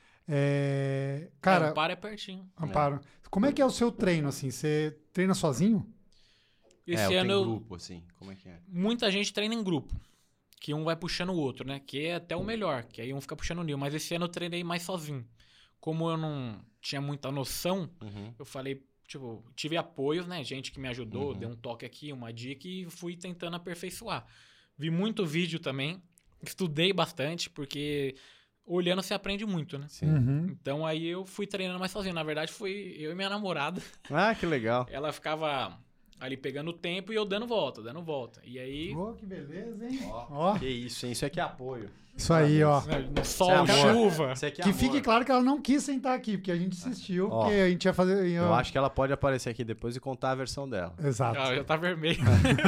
Cara, Amparo é pertinho. Amparo. Como é que é o seu treino, assim? Você treina sozinho? Esse eu ano tenho grupo, assim. Como é que é? muita gente treina em grupo. Que um vai puxando o outro, né? Que é até o melhor, que aí um fica puxando o Nil. Mas esse ano eu treinei mais sozinho. Como eu não tinha muita noção, Uhum. eu falei, tipo, tive apoios, né? Gente que me ajudou, Uhum. deu um toque aqui, uma dica e fui tentando aperfeiçoar. Vi muito vídeo também, estudei bastante, porque olhando você aprende muito, né? Sim. Uhum. Então aí eu fui treinando mais sozinho. Na verdade, fui eu e minha namorada. Ah, que legal. Ela ficava ali pegando o tempo e eu dando volta, dando volta. E aí, Ô, que beleza, hein? Ó, Ó, Que isso, hein? Isso aqui é apoio. isso aí, ó. no sol, amor. chuva. Isso aqui é Que amor. fique claro que ela não quis sentar aqui, porque a gente insistiu, Ó, porque a gente ia fazer... Eu acho que ela pode aparecer aqui depois e contar a versão dela. Exato. Ah, já tá vermelho.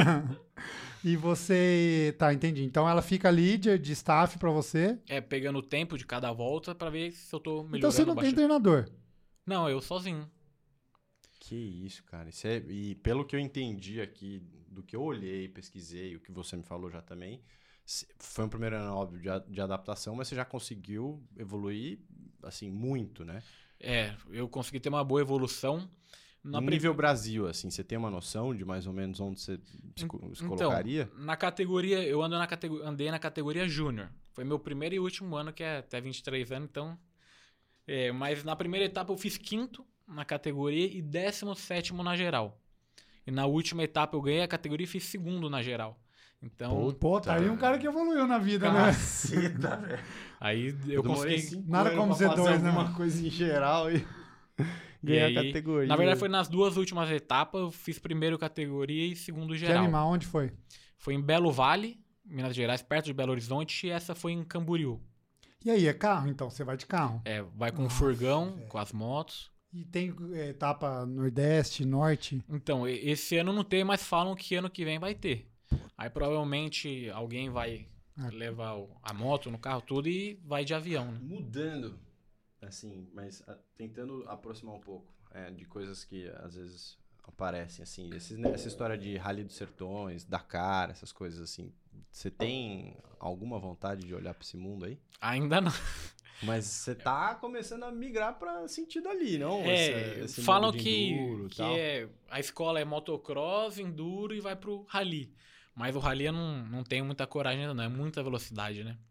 E você... Tá, entendi. Então ela fica ali de staff pra você. Pegando o tempo de cada volta pra ver se eu tô melhorando Então você não tem bastante. treinador. Não, eu sozinho. Que isso, cara. E pelo que eu entendi aqui, do que eu olhei, pesquisei, o que você me falou já também, foi um primeiro ano, óbvio, de adaptação, mas você já conseguiu evoluir, assim, muito, né? Eu consegui ter uma boa evolução. No nível Brasil, assim, você tem uma noção de mais ou menos onde você se colocaria? Na categoria, eu andei na categoria Júnior. Foi meu primeiro e último ano, que é até 23 anos, então... mas na primeira etapa eu fiz 5º na categoria e 17º na geral. E na última etapa eu ganhei a categoria e fiz 2º na geral. Então, Pô, tá aí um cara que evoluiu na vida, né? Caceta, velho. aí eu demorei consegui... 5 Nada anos como pra Z2, fazer né, alguma mano? coisa em geral e E ganhar aí, a categoria. Na verdade, foi nas 2 últimas etapas, eu fiz primeiro categoria e 2º Que geral. animal, onde foi? Foi em Belo Vale, Minas Gerais, perto de Belo Horizonte, e essa foi em Camboriú. E aí, é carro então? Você vai de carro? Vai com o furgão, com as motos. E tem etapa Nordeste, Norte? Então, esse ano não tem, mas falam que ano que vem vai ter. Aí provavelmente alguém vai levar a moto no carro tudo e vai de avião, né? Mudando, assim, mas tentando aproximar um pouco de coisas que às vezes aparecem, assim? Essa história de Rally dos Sertões, Dakar, essas coisas assim. Você tem alguma vontade de olhar pra esse mundo aí? Ainda não. Mas você tá começando a migrar pra sentido ali, não? Esse Falam mundo de que enduro e tal. a escola é motocross, enduro e vai pro rally. Mas o rally eu não tenho muita coragem ainda não, é muita velocidade, né?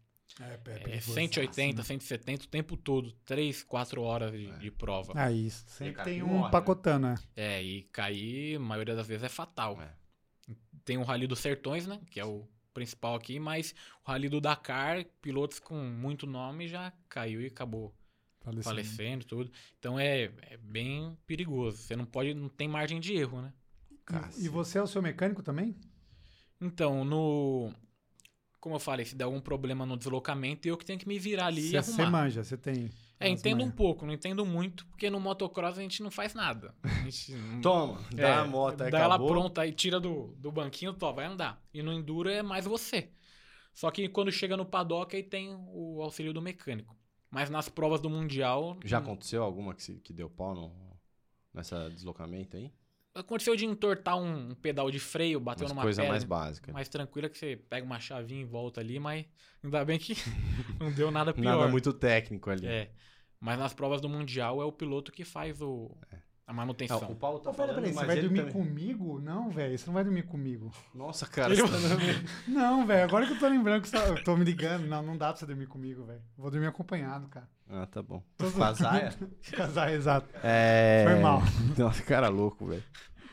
É 180, 170 o tempo todo, 3, 4 horas de prova. É isso, sempre cara tem que um morre, pacotando, né? E cair, a maioria das vezes é fatal. É. Tem o Rally dos Sertões, né? Que é o principal aqui, mas o Rally do Dakar, pilotos com muito nome já caiu e acabou falecendo tudo. Então é bem perigoso. Você não tem margem de erro, né? E você é o seu mecânico também? Então, como eu falei, se der algum problema no deslocamento, eu que tenho que me virar ali e arrumar. Você manja, você tem... Entendo um pouco, não entendo muito, porque no motocross a gente não faz nada. A gente Toma, dá a moto aí, dá ela acabou. pronta aí, tira do banquinho, vai andar. E no enduro é mais você. Só que quando chega no paddock, aí tem o auxílio do mecânico. Mas nas provas do Mundial... Já aconteceu alguma que deu pau nessa deslocamento aí? Aconteceu de entortar um pedal de freio, bateu numa coisa pedra. mais básica. Mais tranquila que você pega uma chavinha e volta ali, mas ainda bem que não deu nada pior. Nada muito técnico ali. Mas nas provas do Mundial é o piloto que faz a manutenção. Não, o Paulo tá Peraí, falando, você mas vai ele dormir também... comigo? Não, velho, você não vai dormir comigo. Nossa, cara, você tá dormindo. Não, velho, agora que eu tô lembrando que eu tô me ligando. Não dá pra você dormir comigo, velho. Vou dormir acompanhado, cara. Ah, tá bom. Vazaia? Casar, exato. Foi mal. Nossa, cara louco, velho.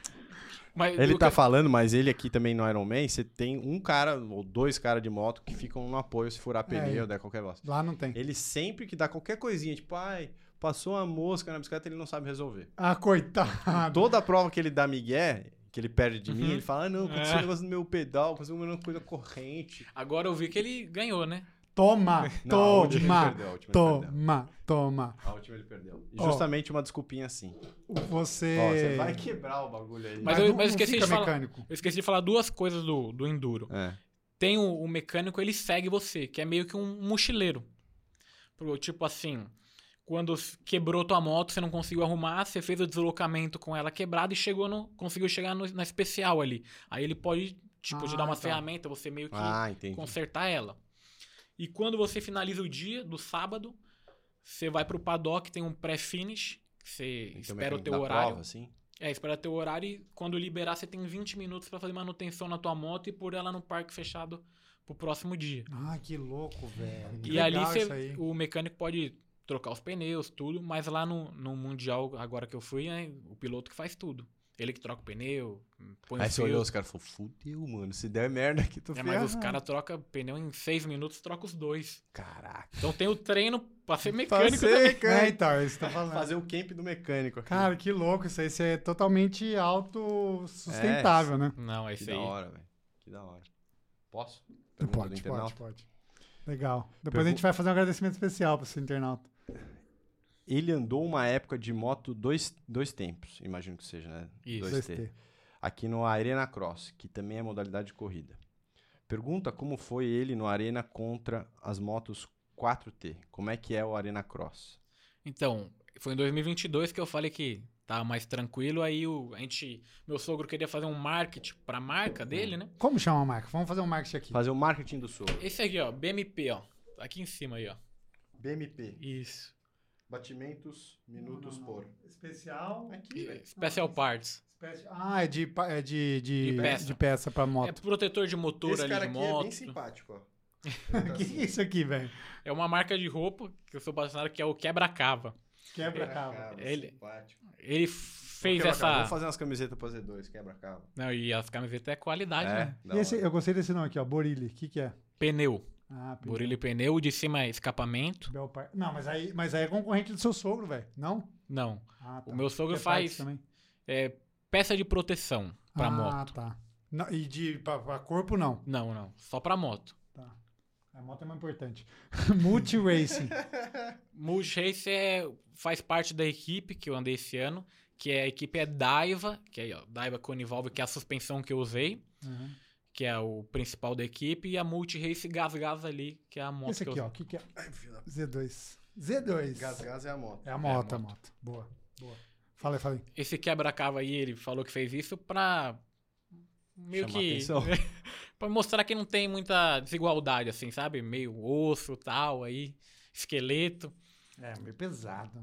Mas Ele tá falando, mas ele aqui também no Iron Man, você tem um cara ou 2 caras de moto que ficam no apoio se furar pneu, der qualquer bosta. Lá não tem. Ele sempre que dá qualquer coisinha, tipo, passou uma mosca na bicicleta, ele não sabe resolver. Ah, coitado. Toda a prova que ele dá migué, que ele perde de mim, ele fala, não, aconteceu um negócio no meu pedal, aconteceu uma coisa corrente. Agora eu vi que ele ganhou, né? Toma. A última ele perdeu. E justamente uma desculpinha assim. Você vai quebrar o bagulho aí. Mas eu esqueci de falar. Mecânico. Eu esqueci de falar 2 coisas do enduro. Tem o mecânico, ele segue você, que é meio que um mochileiro. Tipo assim, quando quebrou tua moto, você não conseguiu arrumar, você fez o deslocamento com ela quebrada e conseguiu chegar na especial ali. Aí ele pode, te dar uma ferramenta, você meio que consertar ela. E quando você finaliza o dia do sábado, você vai pro paddock, tem um pré-finish, você espera o teu horário. Prova, assim? Espera teu horário e quando liberar, você tem 20 minutos pra fazer manutenção na tua moto e pôr ela no parque fechado pro próximo dia. Ah, que louco, velho. E ali o mecânico pode trocar os pneus, tudo, mas lá no Mundial, agora que eu fui, o piloto que faz tudo. Ele que troca o pneu, põe Aí você olhou, os caras falaram, fudeu, mano, se der merda aqui, tu mas os caras trocam pneu em 6 minutos, troca os 2. Caraca. Então tem o treino pra ser mecânico também. Então, isso tá falando. Fazer o camp do mecânico aqui. Cara, que louco isso aí. Isso é totalmente autossustentável, né? Não, é isso aí. Que da hora, velho. Que da hora. Posso? Pode. Legal. Depois a gente vai fazer um agradecimento especial pra esse internauta. Ele andou uma época de moto dois tempos, imagino que seja, né? Isso. 2T. Aqui no Arena Cross, que também é modalidade de corrida. Pergunta como foi ele no Arena contra as motos 4T. Como é que é o Arena Cross? Então, foi em 2022 que eu falei que tava mais tranquilo, aí meu sogro queria fazer um marketing pra marca dele, né? Como chama a marca? Vamos fazer um marketing aqui. Fazer o marketing do sogro. Esse aqui, ó, BMP, ó. Tá aqui em cima aí, ó. BMP. Isso. Batimentos, minutos por. Especial. Aqui, Special Parts. É de peça. de peça pra moto. É protetor de motor Esse ali cara de aqui moto. é bem simpático, ó. O que é isso aqui, velho? É uma marca de roupa que eu sou patrocinado, que é o Quebra-Cava. Quebra-cava. Ele fez essa... Vamos fazer umas camisetas pra Z2, quebra-cava. Não, e as camisetas é qualidade, né? E eu gostei desse nome aqui, ó. Borilli. O que é? Pneu. Pneu. Borilli pneu, de cima é escapamento. Não, mas aí é concorrente do seu sogro, velho. Não? Não. Tá. O meu sogro faz peça de proteção pra moto. Tá. Não, e pra corpo, não? Não. Só pra moto. Tá. A moto é mais importante. Multi-Racing. Multi-Racing faz parte da equipe que eu andei esse ano, que a equipe é Daiwa, que é Daiwa Conivolve, que é a suspensão que eu usei. Uhum. Que é o principal da equipe, e a Multi-Race Gás ali, que é a moto. Esse aqui, ó, o que é? Z2. Gás é a moto. É a moto. Boa. Fala aí. Esse quebra-cava aí, ele falou que fez isso pra meio Chamar que... atenção. pra mostrar que não tem muita desigualdade, assim, sabe? Meio osso, tal, aí, esqueleto. É, meio pesado.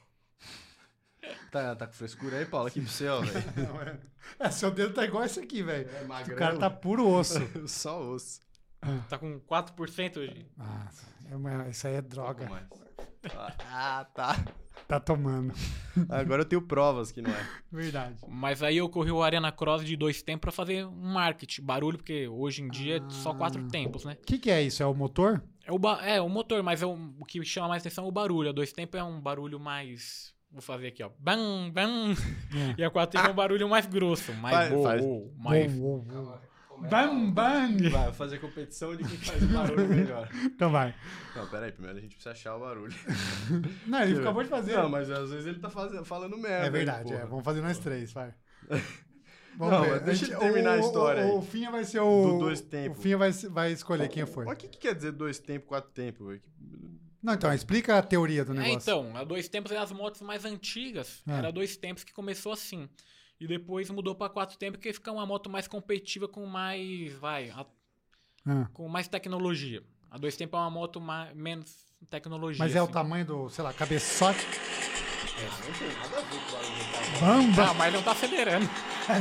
Tá com frescura aí, Paulo? Aqui pro céu, velho. Seu dedo tá igual esse aqui, velho. É magrão. O cara tá puro osso. Só osso. Tá com 4% de... Isso aí é droga. Um pouco mais. Tá. Tá tomando. Agora eu tenho provas que não é. Verdade. Mas aí eu corri o Arena Cross de 2 tempos pra fazer um marketing, barulho, porque hoje em dia é só 4 tempos, né? O que é isso? É o motor? É o motor, mas o que chama mais atenção é o barulho. A 2 tempos é um barulho mais... Vou fazer aqui, ó. Bam, bam. E a 4 tempos é um barulho mais grosso, mais Faz. mais... Bam, bam. Vai, vou fazer competição de quem faz o barulho melhor. Então vai. Não, peraí, primeiro a gente precisa achar o barulho. Não, ele acabou de fazer. Não, mas às vezes ele tá falando merda. É verdade, porra. vamos fazer nós 3, vai. Não, mas deixa ele terminar a história aí. O Finha vai ser o... Do 2 tempos. O Finha vai escolher quem foi. Mas o que quer dizer 2 tempos, 4 tempos, velho? Não, então, explica a teoria do negócio. Então, a 2 tempos é as motos mais antigas. Era 2 tempos que começou assim. E depois mudou pra 4 tempos, que fica uma moto mais competitiva com mais, com mais tecnologia. A 2 tempos é uma moto menos tecnologia. Mas é assim. o tamanho do, sei lá, cabeçote. Não tem nada a ver com o barulho. Bamba! Não, mas não tá acelerando.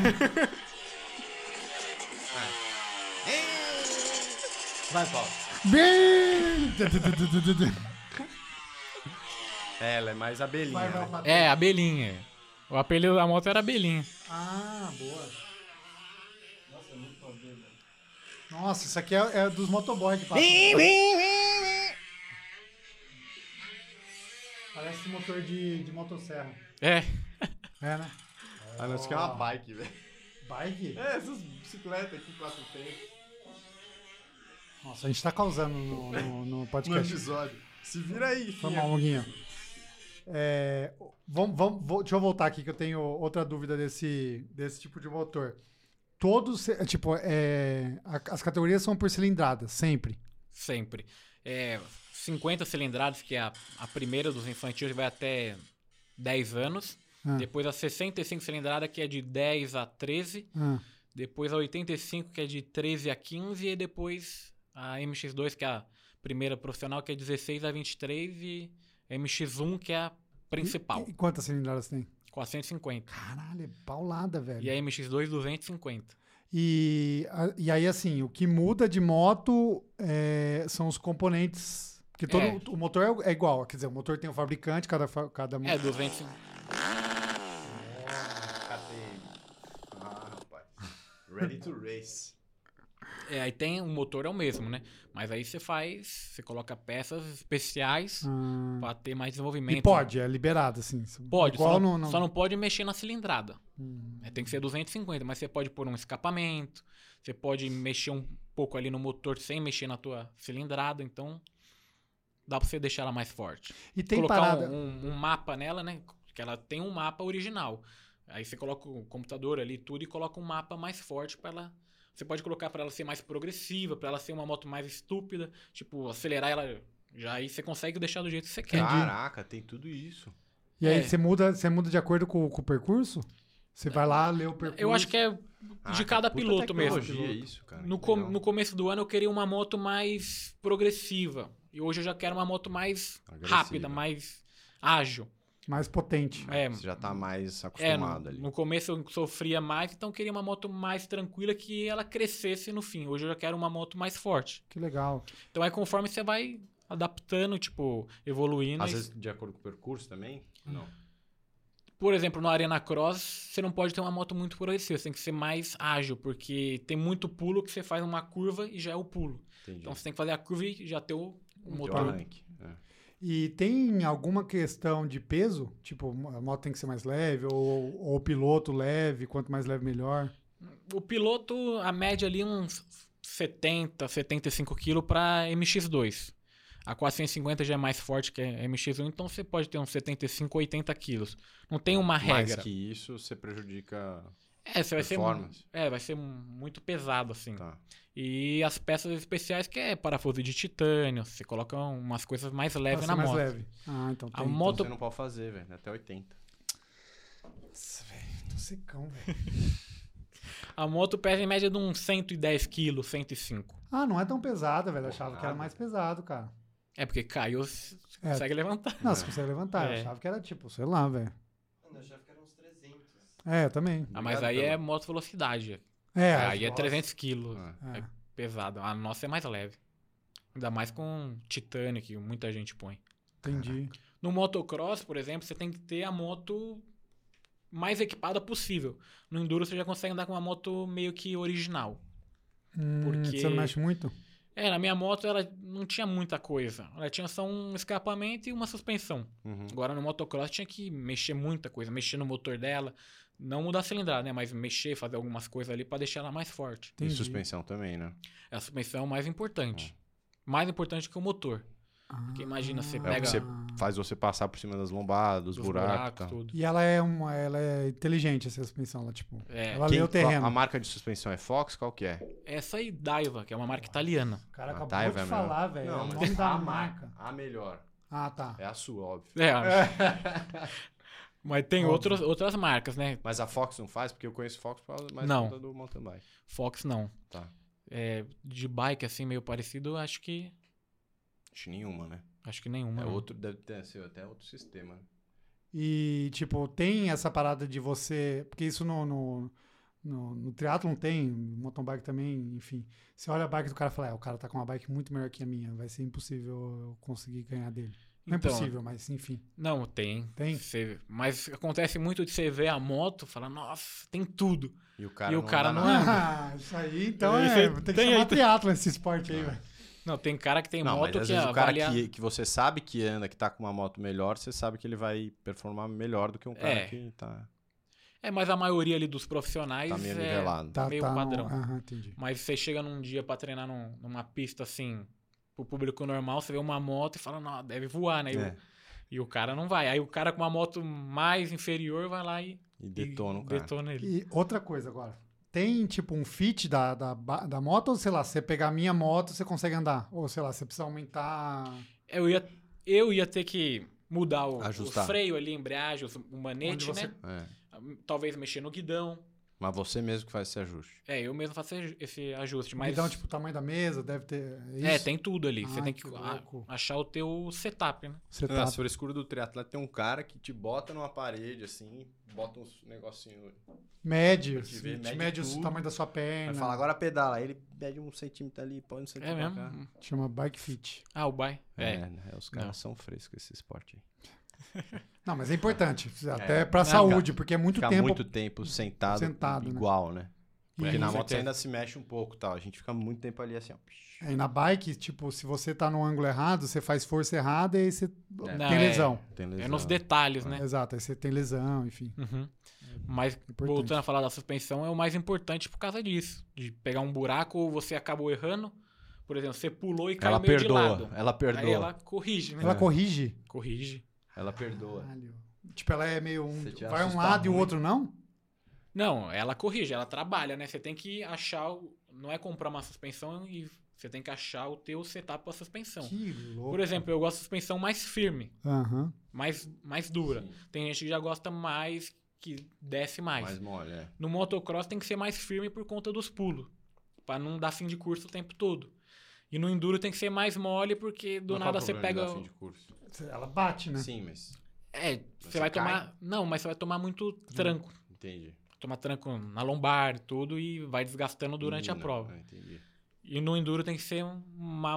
Vai, Paulo. Bem! Ela é mais abelhinha. Vai. É, abelhinha. O apelido da moto era abelhinha. Ah, boa. Nossa, é muito foda, velho. Nossa, isso aqui é dos motoboy que passam. Parece motor de motosserra. É. É, né? Ah, não, isso aqui é uma bike, velho. Bike? É, essas bicicletas aqui, 4 tempos. Nossa, a gente tá causando no No podcast. episódio. Se vira aí, Vamos filha. lá, Muguinho. Deixa eu voltar aqui que eu tenho outra dúvida desse tipo de motor. Todos, as categorias são por cilindrada, sempre. Sempre. 50 cilindradas, que é a primeira dos infantis, vai até 10 anos. Depois a 65 cilindrada, que é de 10 a 13. Depois a 85, que é de 13 a 15. E depois a MX2, que é a primeira profissional, que é 16 a 23. E a MX1, que é a principal. E quantas cilindradas tem? 450. Caralho, é paulada, velho. E a MX2, 250. E aí, assim, o que muda de moto são os componentes. Porque o motor é igual. Quer dizer, o motor tem um fabricante, cada motor. 250. Rapaz. Ready to race. Aí tem, o motor é o mesmo, né? Mas aí você coloca peças especiais pra ter mais desenvolvimento. E pode, é liberado, assim. Pode, igual só não pode mexer na cilindrada. Tem que ser 250, mas você pode pôr um escapamento, você pode mexer um pouco ali no motor sem mexer na tua cilindrada, então dá pra você deixar ela mais forte. E tem colocar parada... um mapa nela, né? Que ela tem um mapa original. Aí você coloca o computador ali tudo e coloca um mapa mais forte pra ela... Você pode colocar pra ela ser mais progressiva, pra ela ser uma moto mais estúpida, tipo, acelerar ela... Já aí você consegue deixar do jeito que você quer. Caraca, tem tudo isso. E aí você muda de acordo com o percurso? Você vai lá, lê o percurso? Eu acho que é de cada puta piloto mesmo. tecnologia isso, cara. No começo do ano eu queria uma moto mais progressiva. E hoje eu já quero uma moto mais rápida, mais ágil. Mais potente. Você já tá mais acostumado ali. No começo eu sofria mais, então eu queria uma moto mais tranquila que ela crescesse no fim. Hoje eu já quero uma moto mais forte. Que legal. Então é conforme você vai adaptando, tipo, evoluindo. Às vezes de acordo com o percurso também? Não. Por exemplo, no Arena Cross, você não pode ter uma moto muito progressiva, você tem que ser mais ágil, porque tem muito pulo que você faz uma curva e já é o pulo. Entendi. Então você tem que fazer a curva e já ter o Teu motor. arranque. E tem alguma questão de peso? Tipo, a moto tem que ser mais leve ou o piloto leve, quanto mais leve melhor? O piloto, a média ali uns 70, 75 kg para MX2. A 450 já é mais forte que a MX1, então você pode ter uns 75, 80 quilos. Não tem uma regra. Mais que isso, você prejudica Você vai performance. vai ser muito pesado, assim. Tá. E as peças especiais, que é parafuso de titânio, você coloca umas coisas mais leves Pra na ser mais moto. leve. Ah, então tem. A moto... Você não pode fazer, velho. Até 80. Nossa, velho, tô secão, velho. A moto pesa em média de uns 110 quilos, 105. Ah, não é tão pesada, velho. Eu achava Porra, que era nada. mais pesado, cara. É porque caiu, você É. consegue levantar. Não, você consegue levantar. Eu É. achava que era tipo, sei lá, velho. Eu achava que eram uns 300. É, eu também. Ah, mas Obrigado aí pela- é moto velocidade. É, Aí é nossa. 300 quilos. É. É, Pesado. A nossa é mais leve. Ainda mais com titânio, que muita gente põe. entendi. No motocross, por exemplo, você tem que ter a moto mais equipada possível. No enduro você já consegue andar com uma moto meio que original. Porque- Você não mexe muito? É, na minha moto ela não tinha muita coisa. Ela tinha só um escapamento e uma suspensão. Uhum. Agora no motocross tinha que mexer muita coisa. Mexer no motor dela. Não mudar a cilindrada, né? Mas mexer, fazer algumas coisas ali pra deixar ela mais forte. E Entendi. suspensão também, né? A suspensão é o mais importante. Mais importante que o motor. Porque imagina, você É o pega que você faz você passar por cima das lombadas, dos os buracos. buracos, e tal. tudo. E ela é inteligente, essa suspensão. Ela, tipo, É. ela lê o terreno. A marca de suspensão é Fox? Qual que é? Essa aí, Daiwa, que é uma marca italiana. O cara A acabou Daiwa de é falar, melhor. velho. É o mas nome da a marca. A melhor. Ah, tá. É a sua, óbvio. É, mas tem Óbvio. outras marcas, né? Mas a Fox não faz? Porque eu conheço Fox mais Não. por conta do mountain bike. Fox não. Tá. É, de bike, assim, meio parecido, acho que Nenhuma, né? nenhuma. É não. outro, deve ter ser até outro sistema. Né? E, tipo, tem essa parada de você... Porque isso no triatlon tem, no mountain bike também, enfim. Você olha a bike do cara e fala, o cara tá com uma bike muito melhor que a minha. Vai ser impossível eu conseguir ganhar dele. Não é Então, impossível, mas enfim. Não, tem. Tem? Mas acontece muito de você ver a moto e falar, nossa, tem tudo. E o cara, E o cara dá não nada. Ah, isso aí, então Isso aí tem que tem chamar aí, triatlon esse esporte aí, velho. Não, tem cara que tem Não, moto mas às que vezes o cara avalia... que você sabe que anda, que tá com uma moto melhor, você sabe que ele vai performar melhor do que um cara É. que tá mas a maioria ali dos profissionais meio é nivelado. Tá, meio tá padrão. Aham, entendi. Mas você chega num dia pra treinar numa pista assim, pro público normal, você vê uma moto e fala, não, deve voar, né? É. E o cara não vai. Aí o cara com uma moto mais inferior vai lá e E detona o cara. detona ele. E outra coisa agora. Tem, tipo, um fit da moto? Ou, sei lá, se você pegar a minha moto, você consegue andar? Ou, sei lá, você precisa aumentar... Eu ia ter que mudar o Ajustar. freio ali, a embreagem, o manete, Onde você- né? É. Talvez mexer no guidão. Mas você mesmo que faz esse ajuste. Eu mesmo faço esse ajuste. Mas... Mas Então, tipo, o tamanho da mesa, deve ter... isso? tem tudo ali. Você Ai, tem que que louco. achar o teu setup, né? Você Não, tá... as frescuras do triatleta tem um cara que te bota numa parede, assim, bota uns negocinhos. Mede, Te vê, te mede mede o tudo. tamanho da sua perna. Vai falar, agora pedala. Aí ele mede um centímetro ali, põe um É centímetro pra cá. mesmo? Chama bike fit. Ah, o Bay. Os caras são frescos esse esporte aí. Não, mas é importante. Até É. pra Não, saúde, porque é muito Ficar tempo... muito tempo sentado, sentado, né? igual, né? Porque E- na com moto você certeza. ainda se mexe um pouco, tal. A gente fica muito tempo ali assim, ó. E na bike, tipo, se você tá no ângulo errado, você faz força errada e aí você Não, tem lesão. Tem lesão. É nos detalhes, né? Exato, aí você tem lesão, enfim. Uhum. Mas, Importante. voltando a falar da suspensão, é o mais importante por causa disso. De pegar um buraco ou você acabou errando. Por exemplo, você pulou e caiu Ela meio de perdoa, lado. ela perdoa. Aí ela corrige, né? Ela corrige? Corrige. Ela perdoa. Caralho. Tipo, ela é meio Você te vai um assusta lado e o muito. outro não? Não, ela corrige, ela trabalha, né? Você tem que achar... Não é comprar uma suspensão e você tem que achar o teu setup pra suspensão. Que louco. Por exemplo, eu gosto de suspensão mais firme, Aham. mais dura. Sim. Tem gente que já gosta mais, que desce mais. Mais mole, é. No motocross tem que ser mais firme por conta dos pulos, pra não dar fim de curso o tempo todo. E no enduro tem que ser mais mole porque do Mas nada qual o você problema de pega... dar fim de curso? Ela bate, né? Sim, mas... Você Você vai cai. tomar... Não, mas você vai tomar muito tranco. Entendi. Tomar tranco na lombar e tudo e vai desgastando durante a prova. Entendi. E no enduro tem que ser uma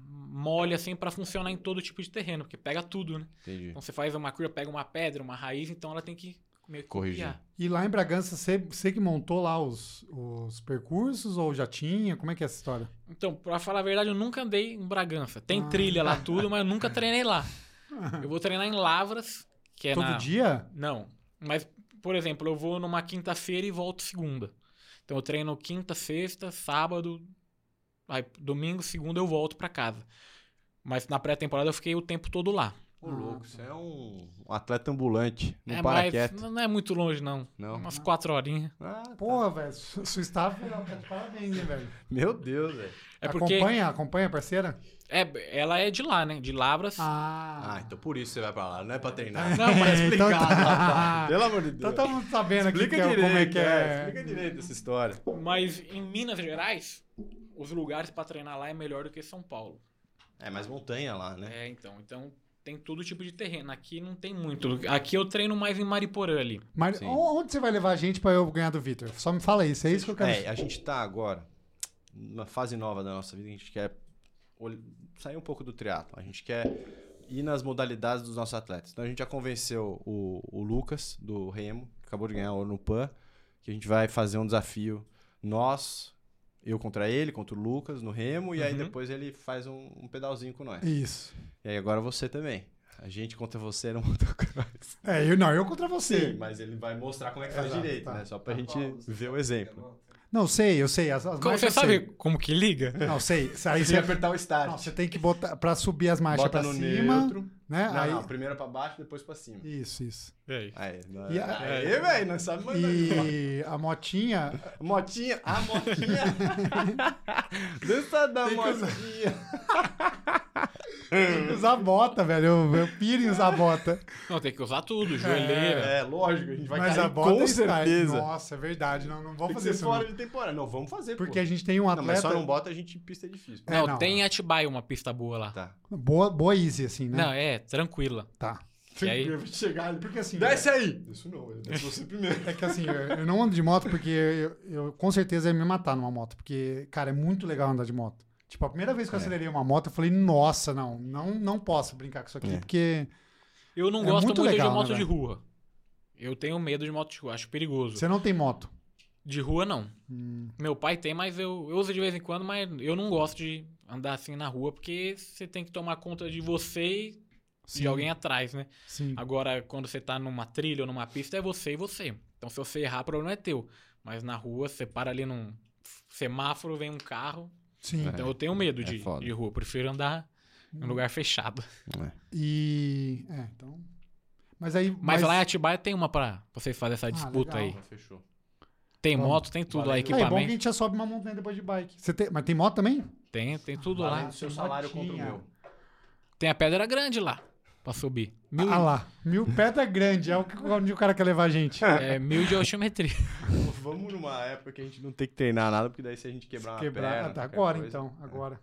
mole assim pra funcionar em todo tipo de terreno, porque pega tudo, né? Entendi. Então você faz uma curva, pega uma pedra, uma raiz, então ela tem que meio que Corrigir. copiar. E lá em Bragança, você que montou lá os percursos ou já tinha? Como é que é essa história? Então, pra falar a verdade, eu nunca andei em Bragança. Tem Ah. trilha lá tudo, mas eu nunca treinei lá. Eu vou treinar em Lavras, que é Todo dia? Não, mas, por exemplo, eu vou numa quinta-feira e volto segunda. Então eu treino quinta, sexta, sábado, aí domingo, segunda eu volto pra casa. Mas na pré-temporada eu fiquei o tempo todo lá. Ô, louco, você é um atleta ambulante. Não É, para mas quieto. não é muito longe, não. Não. Umas 4 horinhas. Ah, tá. Porra, velho, sua staff tá de parabéns, hein, velho. Meu Deus, velho. É porque Acompanha, parceira? ela é de lá, né? De Lavras. Ah, então por isso você vai pra lá, não é pra treinar. Não, mas então Explicado, tá. rapaz. Pelo amor de Deus. Então estamos sabendo aqui Explica como é que é. Explica direito essa história. Mas em Minas Gerais, os lugares pra treinar lá é melhor do que São Paulo. É mais montanha lá, né? É, então tem todo tipo de terreno. Aqui não tem muito. Aqui eu treino mais em Mariporã ali. Mas Sim. onde você vai levar a gente pra eu ganhar do Vitor? Só me fala isso, é isso que eu quero. É, a gente tá agora numa fase nova da nossa vida, a gente quer sair um pouco do triatlo. A gente quer ir nas modalidades dos nossos atletas. Então a gente já convenceu o Lucas, do Remo, que acabou de ganhar ouro no PAN, que a gente vai fazer um desafio eu contra ele, contra o Lucas, no Remo, e aí depois ele faz um pedalzinho com nós. Isso. E aí agora você também. A gente contra você no motocross. Eu contra você. Sim, mas ele vai mostrar como é que faz Exato, direito, tá. né? Só pra gente ver o exemplo. Não, eu sei. As Como marchas você eu sabe sei. como que liga? Não, sei. Aí Você você, apertar o start. não, você tem que botar pra subir as marchas Bota pra no cima, neutro. né? Não, aí, não, primeiro pra baixo, depois pra cima. Isso. Aí. Aí, E aí, velho, nós sabemos mandar. E a motinha, A motinha. Dança da Tem que usar. motinha. tem que usar bota, velho. Eu piro em usar bota. Não, tem que usar tudo, joelheira. É, lógico, a gente vai Mas cair a bota com está. certeza. Nossa, é verdade. Não vamos Tem que fazer ser isso. fora Não. de temporada. Não, vamos fazer, Porque pô. a gente tem um Não, mas atleta. só não bota a gente em pista difícil. É, Não, não. tem em Atibaia uma pista boa lá. Tá. Boa easy, assim, né? Não, é, tranquila. Tá. E aí? Eu vou chegar ali. Porque assim. Desce aí! Isso não, desce você primeiro. É que assim, eu não ando de moto porque eu com certeza ia me matar numa moto. Porque, cara, é muito legal andar de moto. Tipo, a primeira vez que eu acelerei uma moto, eu falei, nossa, não posso brincar com isso aqui, porque Eu não É gosto muito muito legal, de moto né, de velho? rua. Eu tenho medo de moto de rua, acho perigoso. você não tem moto. De rua, não. Meu pai tem, mas eu uso de vez em quando, mas eu não gosto de andar assim na rua, porque você tem que tomar conta de você e de alguém atrás, né? Sim. Agora, quando você tá numa trilha ou numa pista, é você e você. Então, se você errar, o problema é teu. Mas na rua, você para ali num semáforo, vem um carro. Sim. Então, eu tenho medo é de foda. rua. Eu prefiro andar em lugar fechado. E. Então. Mas aí. Mas lá em Atibaia tem uma pra vocês fazerem essa disputa legal. aí. Fechou. Tem Vamos. moto, tem tudo lá, Valendo. É bom que a equipamento. gente já sobe uma montanha depois de bike. Mas tem moto também? Tem tudo Além lá. do seu tem salário contra o motinha. meu. Tem a Pedra Grande lá, pra subir. Ah lá. 1000 pedra grande. É onde o cara quer levar a gente. É 1000 de altimetria. Vamos numa época que a gente não tem que treinar nada, porque daí se a gente quebrar uma perna... Tá, qualquer agora coisa- então. Agora.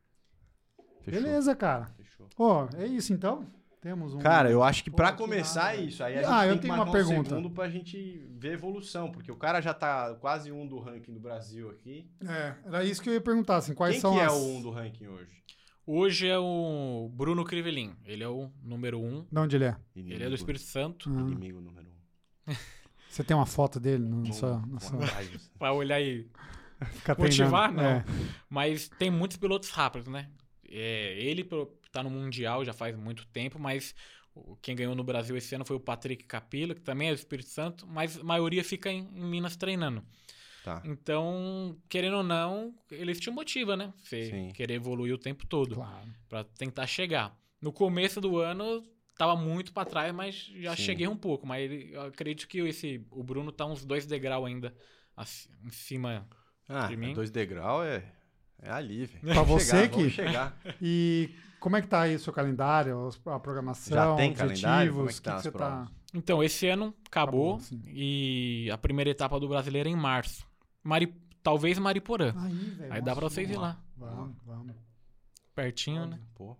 Fechou. Beleza, cara. Fechou. Ó, é isso então? Temos um. Cara, eu acho que pra Pô, que começar nada. isso, aí a gente Ah, eu tem que tenho marcar uma um pergunta. segundo pra gente ver a evolução, porque o cara já tá quase um do ranking do Brasil aqui. Era isso que eu ia perguntar, assim, quais Quem são que é as... o 1 do ranking hoje? Hoje é o Bruno Crivelin. Ele é o número 1. De onde ele é? Ele é do Espírito Santo. Inimigo número 1. Você tem uma foto dele na sua... Pra olhar e Ficar motivar, treinando. não. É. Mas tem muitos pilotos rápidos, né? Ele tá no Mundial já faz muito tempo, mas quem ganhou no Brasil esse ano foi o Patrick Capilla, que também é do Espírito Santo, mas a maioria fica em Minas treinando. Tá. Então, querendo ou não, eles te motivam, né? Você Sim. querer evoluir o tempo todo. Claro. Pra tentar chegar. No começo do ano, tava muito pra trás, mas já Sim. cheguei um pouco. Mas eu acredito que o Bruno tá uns 2 degraus ainda em cima. Ah, De mim? 2 degrau é ali, velho. Pra Vamos você chegar, que- vamos chegar. E como é que tá aí o seu calendário, a programação, Já tem objetivos? calendário? Como é que o tá as você provas? tá... Então, esse ano acabou. Sim. E a primeira etapa do brasileiro é em março. Talvez Mariporã. Aí, velho. Aí dá pra vocês ir vamos lá. Vamos. Pertinho, né? Pô.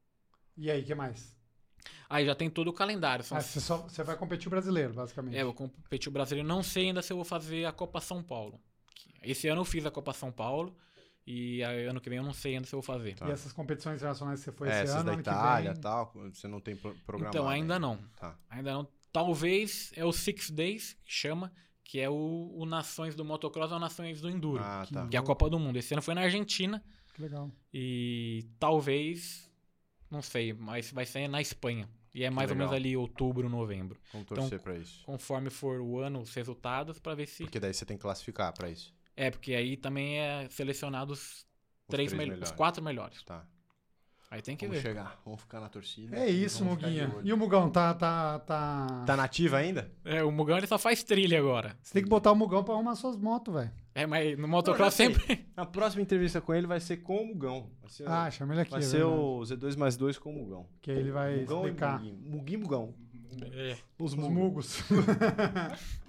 E aí, o que mais? Aí já tem todo o calendário. São Você vai competir o brasileiro, basicamente. eu vou competir o brasileiro. Não sei ainda se eu vou fazer a Copa São Paulo. Esse ano eu fiz a Copa São Paulo. E ano que vem eu não sei ainda se eu vou fazer. Tá. E essas competições internacionais que você foi esse Essas ano, da ano que Itália e vem... tal, você não tem programado. Então, ainda não. Tá. Ainda não. Talvez é o 6 Days, que chama, que é o Nações do Motocross ou Nações do Enduro. Ah, tá. Que é a Copa do Mundo. Esse ano foi na Argentina. Que legal. E talvez, não sei, mas vai ser na Espanha. E é mais ou legal. menos ali outubro, novembro. Vamos torcer pra isso. Conforme for o ano, os resultados, pra ver se... Porque daí você tem que classificar pra isso. Porque aí também é selecionado os três os melhores. 4 melhores. Tá. Aí tem que Vamos ver. chegar, vamos ficar na torcida. É isso, Vamos ficar de Muguinha. olho. E o Mugão, tá... Tá nativa ainda? O Mugão ele só faz trilha agora. Você tem que botar o Mugão pra arrumar suas motos, velho. Mas no Não, motocross já sei. sempre... A próxima entrevista com ele vai ser com o Mugão. Vai ser, Ah, chama ele aqui. vai é ser verdade. o Z2+2 com o Mugão. Que aí ele vai Mugão explicar. e Muguinho. Mugão. Os Os Mugos. mugos.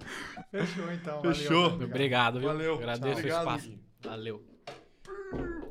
Fechou, então. Fechou. Valeu, Obrigado, viu? Valeu. Agradeço Obrigado, o espaço. Muguinho. Valeu.